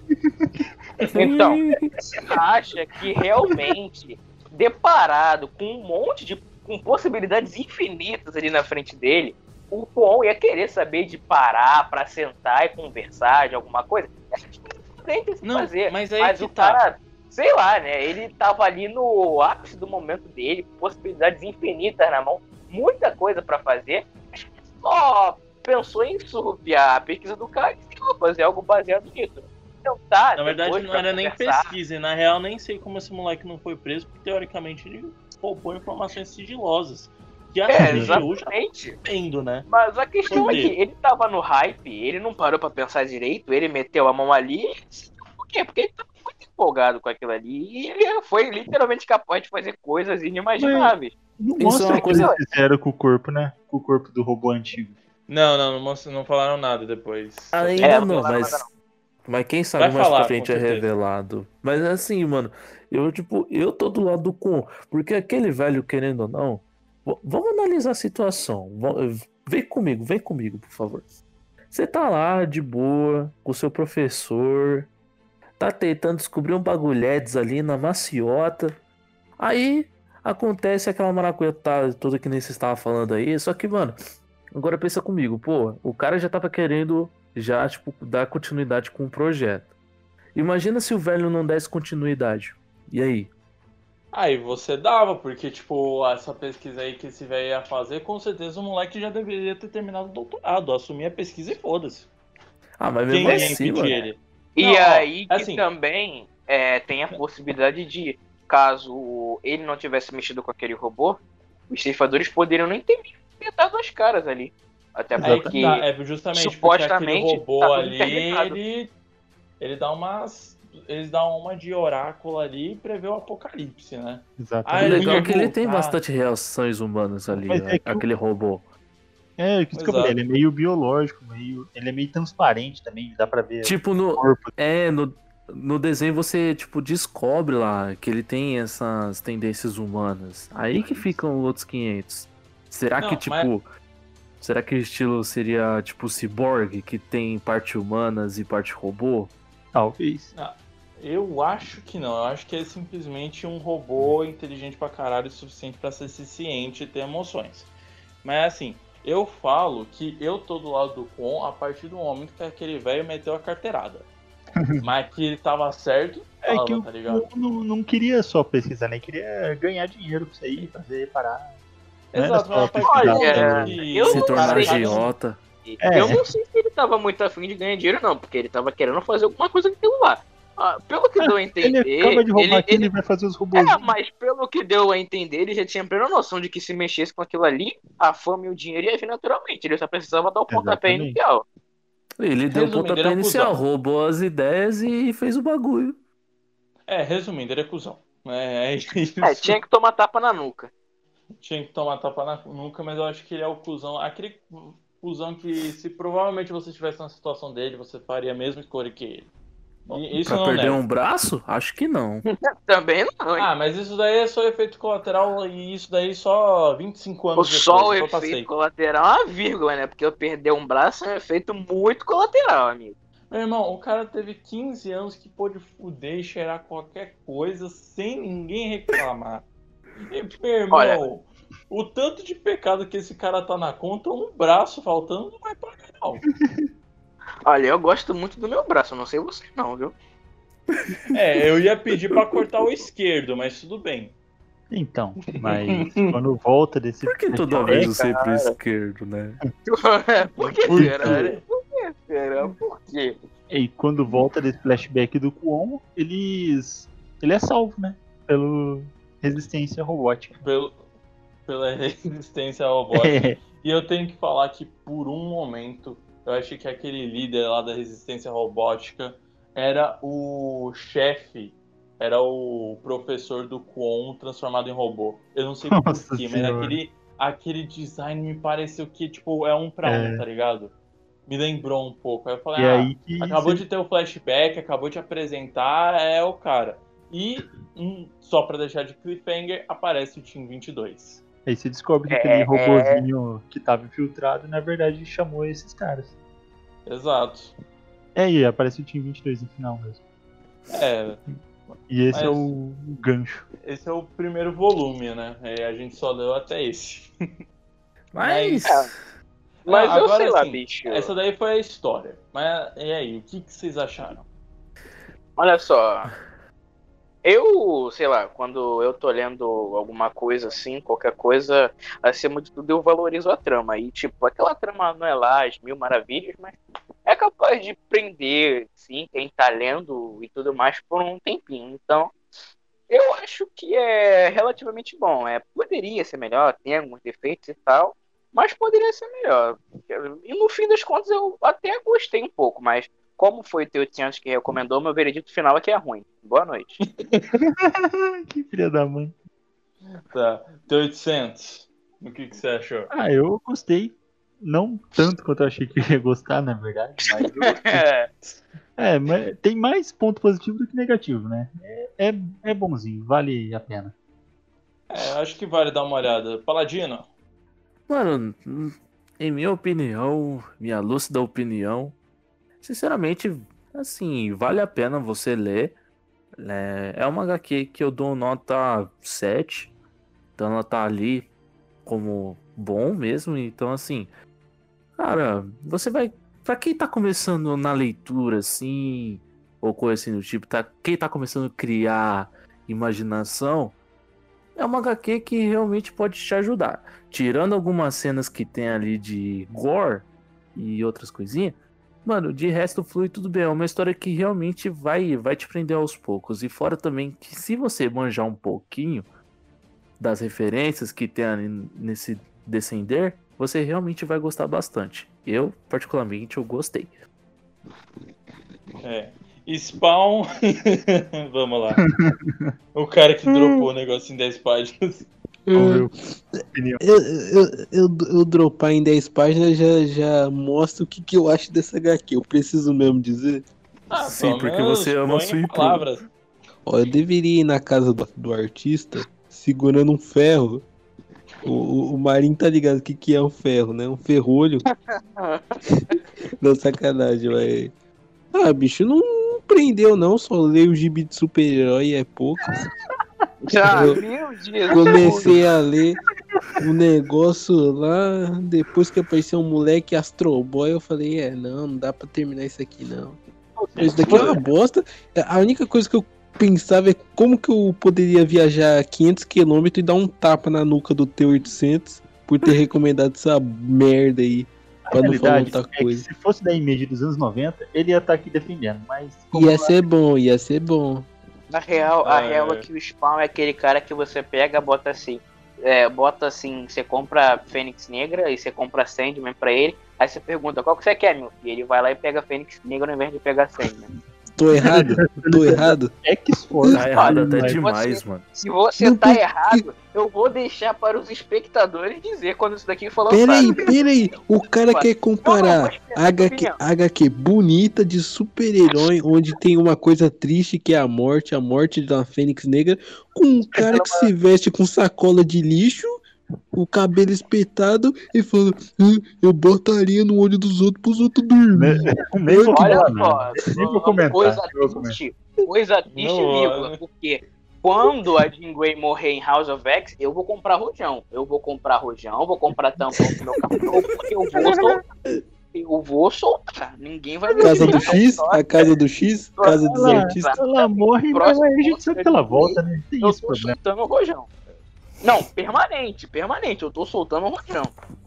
Então, você acha que realmente, deparado com um monte de com possibilidades infinitas ali na frente dele, o Kwon ia querer saber de parar pra sentar e conversar de alguma coisa? É diferente se Não, fazer. mas aí Mas que o tá. cara, sei lá, né? Ele tava ali no ápice do momento dele, possibilidades infinitas na mão, muita coisa pra fazer. Só pensou em surrupiar a pesquisa do cara e fazer algo baseado nisso. Então tá, Na verdade depois não pra era nem conversar. pesquisa, e na real nem sei como esse moleque não foi preso, porque teoricamente ele roubou informações sigilosas. Que a É, C G U já tá exatamente. vendo, né? Mas a questão é Poder. que ele tava no hype, ele não parou pra pensar direito, ele meteu a mão ali. Por quê? Porque ele tava muito empolgado com aquilo ali. E ele foi literalmente capaz de fazer coisas inimagináveis. Não Isso mostra é uma o que coisa- eles fizeram com o corpo, né? Com o corpo do robô antigo. Não, não, não, mostra- não falaram nada depois. Só Ainda tem- É, não, não falaram mas. nada Mas quem sabe Vai mais falar, pra frente com é certeza. revelado. Mas assim, mano, eu, tipo, eu tô do lado do Kwon. Porque aquele velho, querendo ou não, v- vamos analisar a situação. V- Vem comigo, vem comigo, por favor. Você tá lá de boa, com o seu professor, tá tentando descobrir um bagulhetes ali na maciota. Aí acontece aquela maracuia tá, toda que nem você estava falando aí. Só que, mano, agora pensa comigo, pô, o cara já tava querendo já, tipo, dar continuidade com o projeto. Imagina se o velho não desse continuidade. E aí? Aí você dava, porque, tipo, essa pesquisa aí que esse velho ia fazer, com certeza o moleque já deveria ter terminado o doutorado, assumir a pesquisa e foda-se. Ah, mas Quem mesmo ia assim, impedir mano. ele? E Não, ó, aí que assim- também é, tem a possibilidade de, caso ele não tivesse mexido com aquele robô, os ceifadores poderiam nem ter metado as caras ali. Até Aí porque que tá, é justamente supostamente porque aquele robô tá tudo ali, interligado. ele, ele dá umas. Eles dão uma de oráculo ali e prevê o apocalipse, né? O Ah, Exatamente. ele legal é ia que ele tem voltar. bastante reações humanas ali, Mas né? é que o- Aquele robô. É, o que eu Exato. falei, ele é meio biológico, meio, ele é meio transparente também, dá pra ver Tipo, o no, corpo. é, no, no desenho você, tipo, descobre lá que ele tem essas tendências humanas. Aí que ficam os outros quinhentos. Será Não, que, tipo... mas- Será que o estilo seria, tipo, cyborg, que tem parte humanas e parte robô? Talvez. Eu acho que não. Eu acho que é simplesmente um robô inteligente pra caralho o suficiente pra ser ciente e ter emoções. Mas assim, eu falo que eu tô do lado do Kwon a partir do momento que aquele velho meteu a carteirada. Mas que ele tava certo, É tava, que o tá ligado? Kwon não, não queria só pesquisar, né? Queria ganhar dinheiro com isso aí, fazer parar. Não era Exato, só mas a partir do pesquisar, momento né? que Eu Se não tornar sei. agiota. É. Eu não sei se ele tava muito afim de ganhar dinheiro, não, porque ele tava querendo fazer alguma coisa com aquilo lá. Ah, pelo que deu a entender. Ele acaba de roubar ele, aquilo ele... e vai fazer os robôs. É, mas pelo que deu a entender, ele já tinha a plena noção de que se mexesse com aquilo ali, a fama e o dinheiro ia vir naturalmente. Ele só precisava dar o pontapé Exatamente. inicial. Ele deu o Resumindo, pontapé ele é um inicial, cuzão. roubou as ideias e fez o bagulho. É, resumindo, ele é cuzão. É, é isso. É, tinha que tomar tapa na nuca. Tinha que tomar tapa na nuca, mas eu acho que ele é o cuzão. Aquele cuzão que, se provavelmente você estivesse na situação dele, você faria a mesma escolha que ele. E isso Pra eu não perder nego. um braço? Acho que não. Também não, hein? Ah, mas isso daí é só efeito colateral e isso daí só vinte e cinco O anos só o depois. Eu efeito passei. colateral é uma vírgula, né? Porque eu perder um braço é um efeito muito colateral, amigo. Meu irmão, o cara teve quinze anos que pôde fuder e cheirar qualquer coisa sem ninguém reclamar. E, meu irmão, Olha. o tanto de pecado que esse cara tá na conta, um braço faltando não vai pagar, não. Olha, eu gosto muito do meu braço, eu não sei você não, viu? É, eu ia pedir pra cortar o esquerdo, mas tudo bem. Então, mas quando volta desse. Por que toda flashback, vez o sempre esquerdo, né? Por que Por será, quê? né? Por que será? Por quê? E quando volta desse flashback do Kwon, eles. Ele é salvo, né? Pelo resistência robótica. Pelo, pela resistência robótica. É. E eu tenho que falar que por um momento eu achei que aquele líder lá da resistência robótica era o chefe, era o professor do Kwon transformado em robô. Eu não sei Nossa porquê, mas Senhora. aquele, aquele design me pareceu que tipo, é um pra É. um, tá ligado? Me lembrou um pouco. Aí eu falei, E ah, aí que. acabou cê- de ter o flashback, acabou de apresentar, é o cara. E, hum, só pra deixar de cliffhanger, aparece o Team vinte e dois. Aí você descobre que É, aquele robozinho que tava infiltrado, na verdade, chamou esses caras. Exato. É, e aparece o Team vinte e dois no final mesmo. É, E esse Mas- é o, o gancho. esse é o primeiro volume, né? É, a gente só leu até esse. Mas. É. Mas Ah, eu agora sei lá, sim, bicho. Essa daí foi a história. Mas e aí, o que, que vocês acharam? Olha só. Eu, sei lá, quando eu tô lendo alguma coisa assim, qualquer coisa, acima de tudo eu valorizo a trama. E, tipo, aquela trama não é lá as mil maravilhas, mas é capaz de prender, sim, quem tá lendo e tudo mais por um tempinho. Então, eu acho que é relativamente bom. É, poderia ser melhor, tem alguns defeitos e tal, mas poderia ser melhor. E no fim das contas eu até gostei um pouco, mas como foi o teu Tiantos que recomendou, meu veredito final é que é ruim. Boa noite. Que filha da mãe. Tá. T oitocentos. O que, que você achou? Ah, eu gostei. Não tanto quanto eu achei que eu ia gostar, na verdade. Mas eu gostei. É, É, mas tem mais ponto positivo do que negativo, né? É, é, é bonzinho, vale a pena. É, acho que vale dar uma olhada. Paladino. Mano, em minha opinião, minha lúcida opinião, sinceramente, assim, vale a pena você ler. É, é uma agá quê que eu dou nota sete. Então ela tá ali como bom mesmo. Então, assim, cara, você vai. Pra quem tá começando na leitura, assim, ou coisa assim do tipo, tá, quem tá começando a criar imaginação, é uma agá quê que realmente pode te ajudar. Tirando algumas cenas que tem ali de gore e outras coisinhas, mano, de resto flui tudo bem. É uma história que realmente vai, vai te prender aos poucos. E fora também que se você manjar um pouquinho das referências que tem ali nesse Descender, você realmente vai gostar bastante. Eu, particularmente, eu gostei. É. Spawn. Vamos lá. O cara que dropou o negócio em dez páginas. Vamos ver a opinião. Eu, eu, eu, eu dropar em dez páginas já, já mostra o que, que eu acho dessa agá quê. Eu preciso mesmo dizer. Ah, Sim, pelo porque menos você ama põe a sua em impro. palavras. Ó, eu deveria ir na casa do, do artista segurando um ferro. O, o, o Marinho tá ligado o que, que é um ferro, né? Um ferrolho. Não, sacanagem, mas. Ah, bicho, não, não prendeu não, só leio o gibi de super-herói é pouco. já, Eu- meu Jesus. Comecei a ler o negócio lá, depois que apareceu um moleque Astro Boy, eu falei, é, não, não dá pra terminar isso aqui não. Isso daqui é uma bosta. A única coisa que eu pensava é como que eu poderia viajar quinhentos quilômetros e dar um tapa na nuca do T oitocentos por ter recomendado essa merda aí. Pra não falar realidade outra é que coisa. se fosse da Image dos anos noventa, ele ia estar aqui defendendo, mas... como Ia ela- ser bom, ia ser bom. Na real, a É. real é que o Spawn é aquele cara que você pega, bota assim. É, bota assim, você compra Fênix Negra e você compra Sandman pra ele. Aí você pergunta, qual que você quer, meu? E ele vai lá e pega Fênix Negra ao invés de pegar Sandman. Tô errado? Tô errado? X-Force. Tá errado até mas- demais, você- mano. Se você Não tá pode- errado, eu vou deixar para os espectadores dizer quando isso daqui for Pera aí, lançado. pera aí. O cara Vai. quer Não, não, comparar pode esperar, H Q, opinião. H Q bonita de super-herói, onde tem uma coisa triste que é a morte, a morte da Fênix Negra, com um cara que se veste com sacola de lixo, o cabelo espetado e fala: "Ah, eu botaria no olho dos outros pros outros dormir." Nem vou Olha falar só, nada. Nem vou comentar. coisa nem vou comentar. triste, coisa triste, Não, vírgula, né? porque quando a Jean Grey morrer em House of X, eu vou comprar rojão. Eu vou comprar rojão, vou comprar tampão pro meu cachorro, porque eu vou soltar. Eu vou soltar. Ninguém vai me Casa do tirar X, o a casa do X, casa dos Ela, artistas. ela morre, mas Próximo aí a gente sabe que ela volta, né? Tem Eu esse tô problema. soltando o rojão. Não, permanente, permanente. Eu tô soltando o rojão.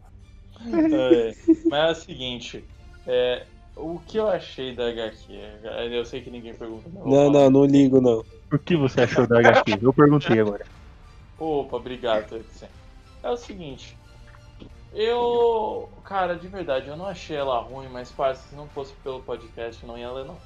É, mas é o seguinte, é, o que eu achei da H Q? Eu sei que ninguém pergunta. mas eu vou Não, falar. não, não ligo não. O que você achou da H Q? Eu perguntei agora. Opa, obrigado, Teixeira. É o seguinte, eu, cara, de verdade, eu não achei ela ruim, mas parça, se não fosse pelo podcast, eu não ia ler não.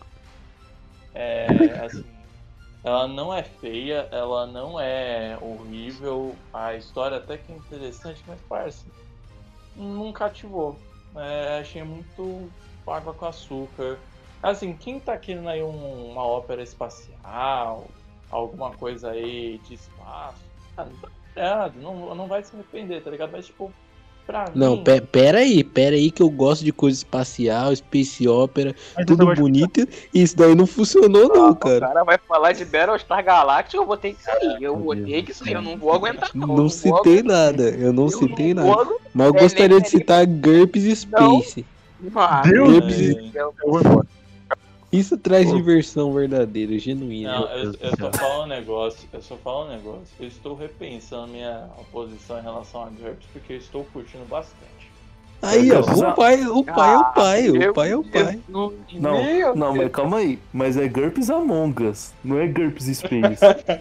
É, assim, ela não é feia, ela não é horrível, a história até que é interessante, mas parça, não cativou. É, achei muito água com açúcar. Assim, quem tá querendo aí um- uma ópera espacial, alguma coisa aí de espaço, ah, não tá ligado, não, não vai se arrepender, tá ligado? Mas tipo, pra Não, mim... pe- pera aí, pera aí que eu gosto de coisa espacial, space opera, Mas tudo eu acho que- bonito, e isso daí não funcionou não, O cara. cara vai falar de Battlestar Galactica, eu vou ter que sair. Eu Meu vou Deus ter do que sair, céu. eu não vou aguentar não. Não eu vou citei aguentar. nada, eu não Eu citei não nada. vou Mas eu É, gostaria nem- de citar GURPS Space. Ah, Deus meu Deus. Deus do céu. Eu vou embora. Isso traz Pô. diversão verdadeira, genuína. Não, Meu eu, Deus do eu só céu. falo um negócio, eu só falo um negócio. Eu estou repensando minha posição em relação a GURPS porque eu estou curtindo bastante. Aí, ó, Não. o pai, o pai é o pai, o Meu pai é o pai. Deus, Não, meu não, Deus. mas calma aí. Mas é GURPS Among Us, não é GURPS Space.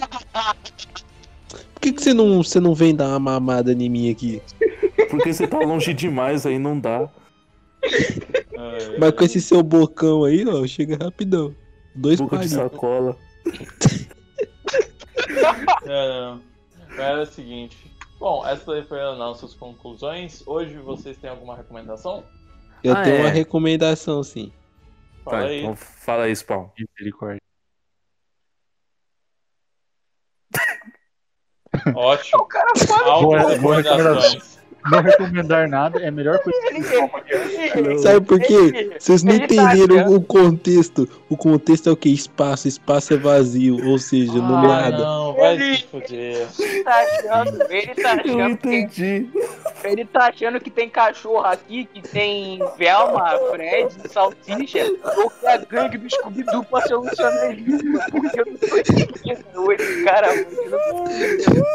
Por que, que você, não, você não vem dar uma mamada em mim aqui? Porque você tá longe demais, aí não dá. É, Mas com esse seu bocão aí, ó, chega rapidão. Dois Boca de palitos. sacola. Não, não. Mas era o seguinte. Bom, essas aí foram as nossas conclusões. Hoje vocês têm alguma recomendação? Eu Ah, tenho é. uma recomendação, sim. Fala Tá, aí. então fala aí, Spawn. Misericórdia. Ótimo. O cara fala Altas Boa- boa recomendações. Não recomendar nada é a melhor coisa que ele, você ele, Sabe por quê? ele- Vocês não ele tá entenderam achando- o contexto. O contexto é o quê? Espaço. Espaço é vazio, ou seja, não Ah, nada. não, vai Ele- se fuder. ele tá achando, ele tá Eu achando que entendi. ele tá achando que tem cachorro aqui, que tem Velma, Fred, Salsicha, ou que é a gangue do Scooby-Doo pra solucionar isso, porque eu não tô entendendo esse cara, mano, eu não tô entendendo.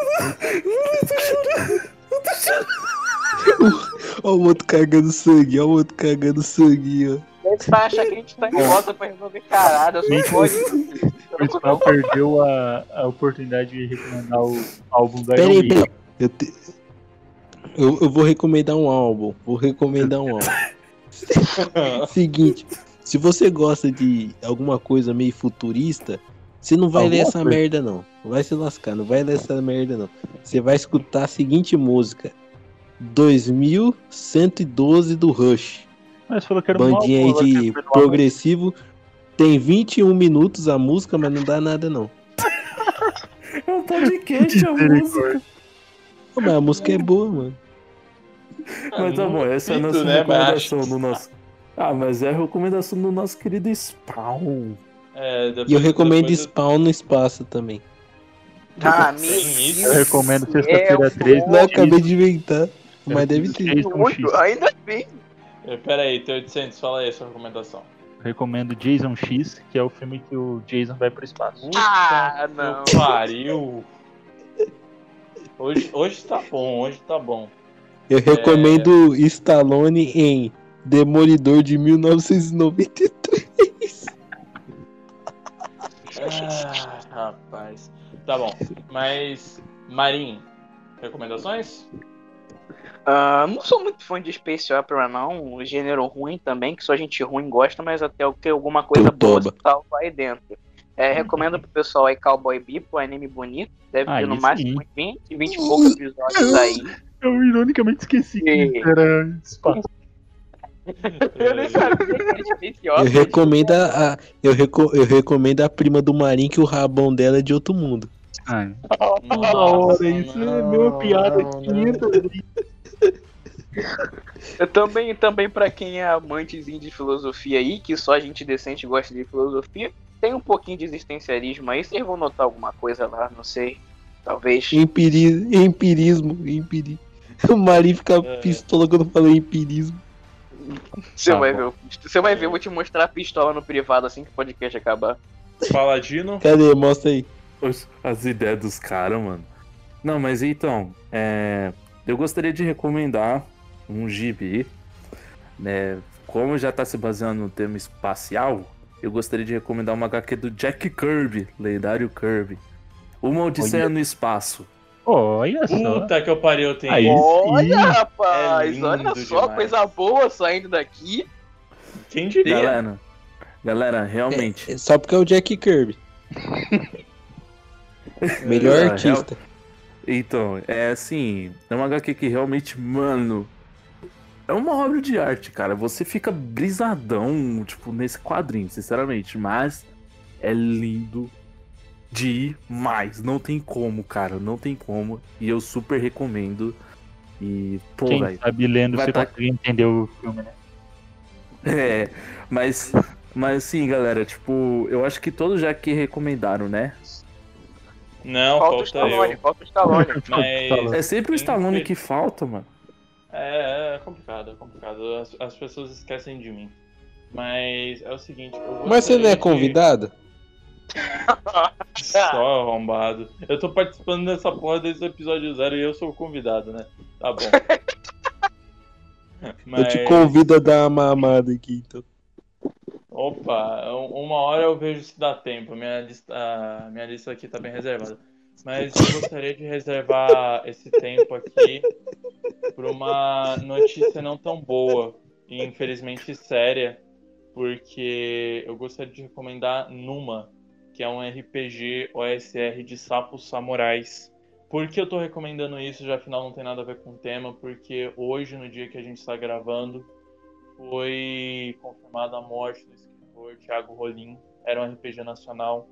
Ó o outro cagando sangue, ó o outro cagando sangue, ó. Ele tá achando que a gente tá em volta pra resolver carada, só Gente, pode. O Spawn perdeu a, a oportunidade de recomendar o álbum do Pera Iron aí, Maiden. pera aí. Eu, te- eu, eu vou recomendar um álbum. Vou recomendar um álbum. Seguinte, se você gosta de alguma coisa meio futurista, você não vai ler Alguma essa coisa. merda não. Não vai se lascar, não vai ler essa merda não. Você vai escutar a seguinte música: dois mil cento e doze do Rush. Mas falou que era um Bandinha álbum, aí agora de quer fazer um progressivo. Tem vinte e um minutos a música, mas não dá nada não. É um podcast, a Misericórdia. música. Pô, mas a música é boa, mano. Mas tá bom, essa é a nossa Duvido, né, recomendação macho? do nosso. Ah, mas é a recomendação do nosso querido Spawn. É, depois- E eu recomendo depois- Spawn no espaço também. Ah, Tem meu isso? Eu recomendo Deus Sexta-feira do treze. céu. Não, acabei de inventar. Mas deve ter. Jason X. Muito, ainda bem. É, Pera aí, T oitocentos, fala aí a sua recomendação. Recomendo Jason X, que é o filme que o Jason vai pro espaço. Puta Ah, que não. pariu. Hoje, hoje tá bom, hoje tá bom. Eu recomendo Stallone em Demolidor de mil novecentos e noventa e três. Ah, rapaz. Tá bom. Mas, Marinho, recomendações? Ah, não sou muito fã de Space Opera, não. Um gênero ruim também, que só gente ruim gosta, mas até o que alguma coisa Teu boa toba. salva aí dentro. É, recomendo pro pessoal aí Cowboy Bebop, um anime bonito. Deve Ah, ter no isso máximo sim. vinte, vinte e poucos episódios aí. Eu ironicamente esqueci E- que era espaço. Eu nem sabia que era Space Eu Opera. recomendo a, a- eu, reco- eu recomendo a prima do Marinho que o rabão dela é de outro mundo. Ai, Nossa, da hora, isso é não, meu piada não, quinhentas vezes. Eu também, também para quem é amantezinho de filosofia aí, que só gente decente gosta de filosofia, tem um pouquinho de existencialismo aí, vocês vão notar alguma coisa lá, não sei. Talvez. Empiri, empirismo, empirismo. O Marinho fica É. pistola quando fala empirismo. Você Tá vai bom. ver, você vai ver, eu vou te mostrar a pistola no privado assim que o podcast acabar. Paladino. Cadê? Mostra aí. Os- As ideias dos caras, mano. Não, mas então, é, eu gostaria de recomendar um gibi, né? Como já tá se baseando no tema espacial, eu gostaria de recomendar uma H Q do Jack Kirby, lendário Kirby. Uma Odisseia Olha. no Espaço. Olha só. Puta que eu pariu, tem. Aí Olha, sim. rapaz, É lindo olha só, demais. coisa boa saindo daqui. Quem diria? Galera, galera, realmente. É só porque é o Jack Kirby. Melhor É, artista. Então, é assim, é uma H Q que realmente, mano, é uma obra de arte, cara. Você fica brisadão, tipo, nesse quadrinho, sinceramente, mas é lindo demais. Não tem como, cara, não tem como. E eu super recomendo. E, pô, Quem velho. sabe lendo vai você tá- consegue entender o filme, né? É, mas, mas assim, galera, tipo, eu acho que todos já que recomendaram, né? Não, Falta o falta Stallone, eu. falta o Stallone. Mas. É sempre o Sim, Stallone sim. que falta, mano. É, é complicado, é complicado. As, as pessoas esquecem de mim. Mas é o seguinte. Eu Mas você não gostaria é de- convidado? Só arrombado. Eu tô participando dessa porra desde o episódio zero e eu sou o convidado, né? Tá bom. Eu te convido a dar uma mamada aqui, então. Opa, um- uma hora eu vejo se dá tempo. Minha lista, a minha lista aqui tá bem reservada. Mas eu gostaria de reservar esse tempo aqui para uma notícia não tão boa e infelizmente séria, porque eu gostaria de recomendar Numa, que é um R P G O S R de sapos samurais. Por que eu tô recomendando isso? Já afinal não tem nada a ver com o tema, porque hoje, no dia que a gente está gravando, foi confirmada a morte do escritor Thiago Rolim. Era um R P G nacional.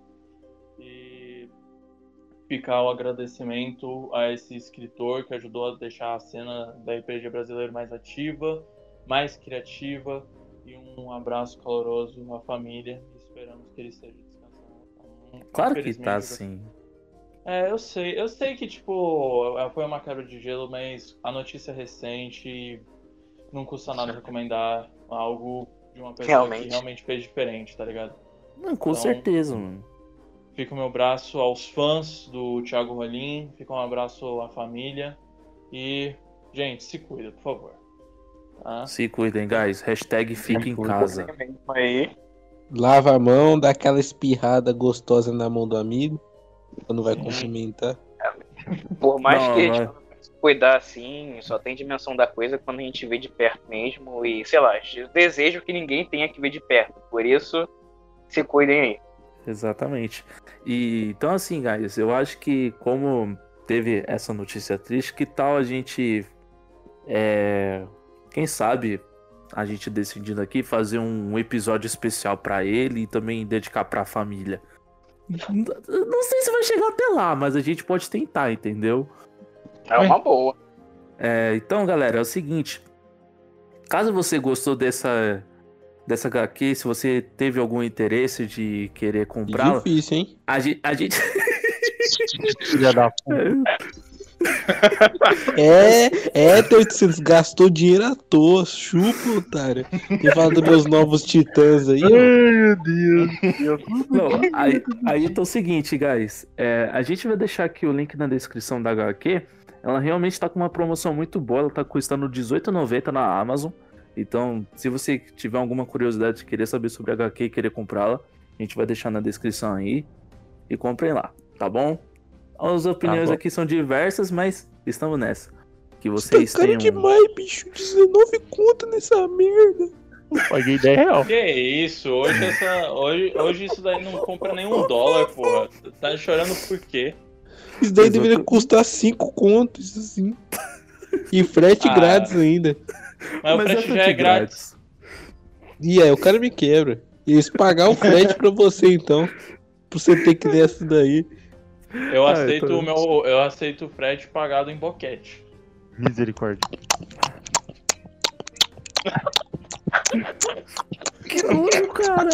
E ficar o agradecimento a esse escritor que ajudou a deixar a cena da R P G brasileiro mais ativa, mais criativa. E um abraço caloroso à família. Esperamos que ele esteja descansando. Claro que Infelizmente, tá eu- assim. É, eu sei. Eu sei que, tipo, foi uma quebra de gelo, mas a notícia é recente e não custa nada recomendar algo de uma pessoa Realmente. que realmente fez diferente, tá ligado? Não, com Então- certeza, mano. Fica o meu abraço aos fãs do Thiago Rolim, fica um abraço à família e, gente, se cuida, por favor. Tá? Se cuidem, guys. Hashtag fica em casa. Aí. Lava a mão, dá aquela espirrada gostosa na mão do amigo. Quando vai Sim. cumprimentar. Por mais Não, que a não gente não se cuidar assim, só tem dimensão da coisa quando a gente vê de perto mesmo. E, sei lá, eu desejo que ninguém tenha que ver de perto. Por isso, se cuidem aí. Exatamente. E então assim, guys, eu acho que como teve essa notícia triste, que tal a gente, é, quem sabe, a gente decidindo aqui fazer um episódio especial pra ele e também dedicar pra família. Não sei se vai chegar até lá, mas a gente pode tentar, entendeu? É uma boa. É, então, galera, é o seguinte. Caso você gostou dessa, dessa H Q, se você teve algum interesse de querer comprá-la, Difícil, hein? a gente... A gente... Filha da puta. É, é, T oitocentos, gastou dinheiro à toa, chupa, otário. Tem falado dos meus novos titãs aí, Ai, ó. meu Deus. Não, aí, aí então é o seguinte, guys. É, a gente vai deixar aqui o link na descrição da H Q. Ela realmente tá com uma promoção muito boa. Ela tá custando dezoito reais e noventa centavos na Amazon. Então, se você tiver alguma curiosidade de querer saber sobre a agá quê e querer comprá-la, a gente vai deixar na descrição aí e comprem lá, tá bom? As opiniões bom. aqui são diversas, mas estamos nessa. Que vocês Tá caro tenham... demais, bicho. dezenove conto nessa merda. Paguei dez reais. Que isso? Hoje, essa, hoje, hoje isso daí não compra nenhum dólar, porra. Tá chorando por quê? Isso daí Exato. deveria custar cinco contos, isso assim. E frete Ah. grátis ainda. Mas, o frete já é grátis. E aí, o cara me quebra. E eles pagar o frete pra você, então. Pra você ter que ler essa daí. Eu Ah, aceito eu tô- o meu. Eu aceito o frete pagado em boquete. Misericórdia. Que nojo, cara!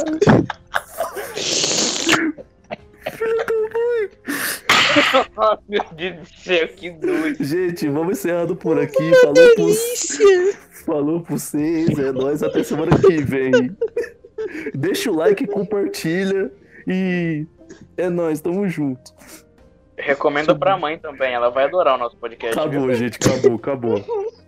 Oh, meu Deus do céu, que doido. Gente, vamos encerrando por aqui. Falou por... Falou por vocês. É nóis. Até semana que vem. Deixa o like, compartilha. E é nóis. Tamo junto. Recomenda pra mãe também, ela vai adorar o nosso podcast. viu? Acabou, gente. Acabou, acabou.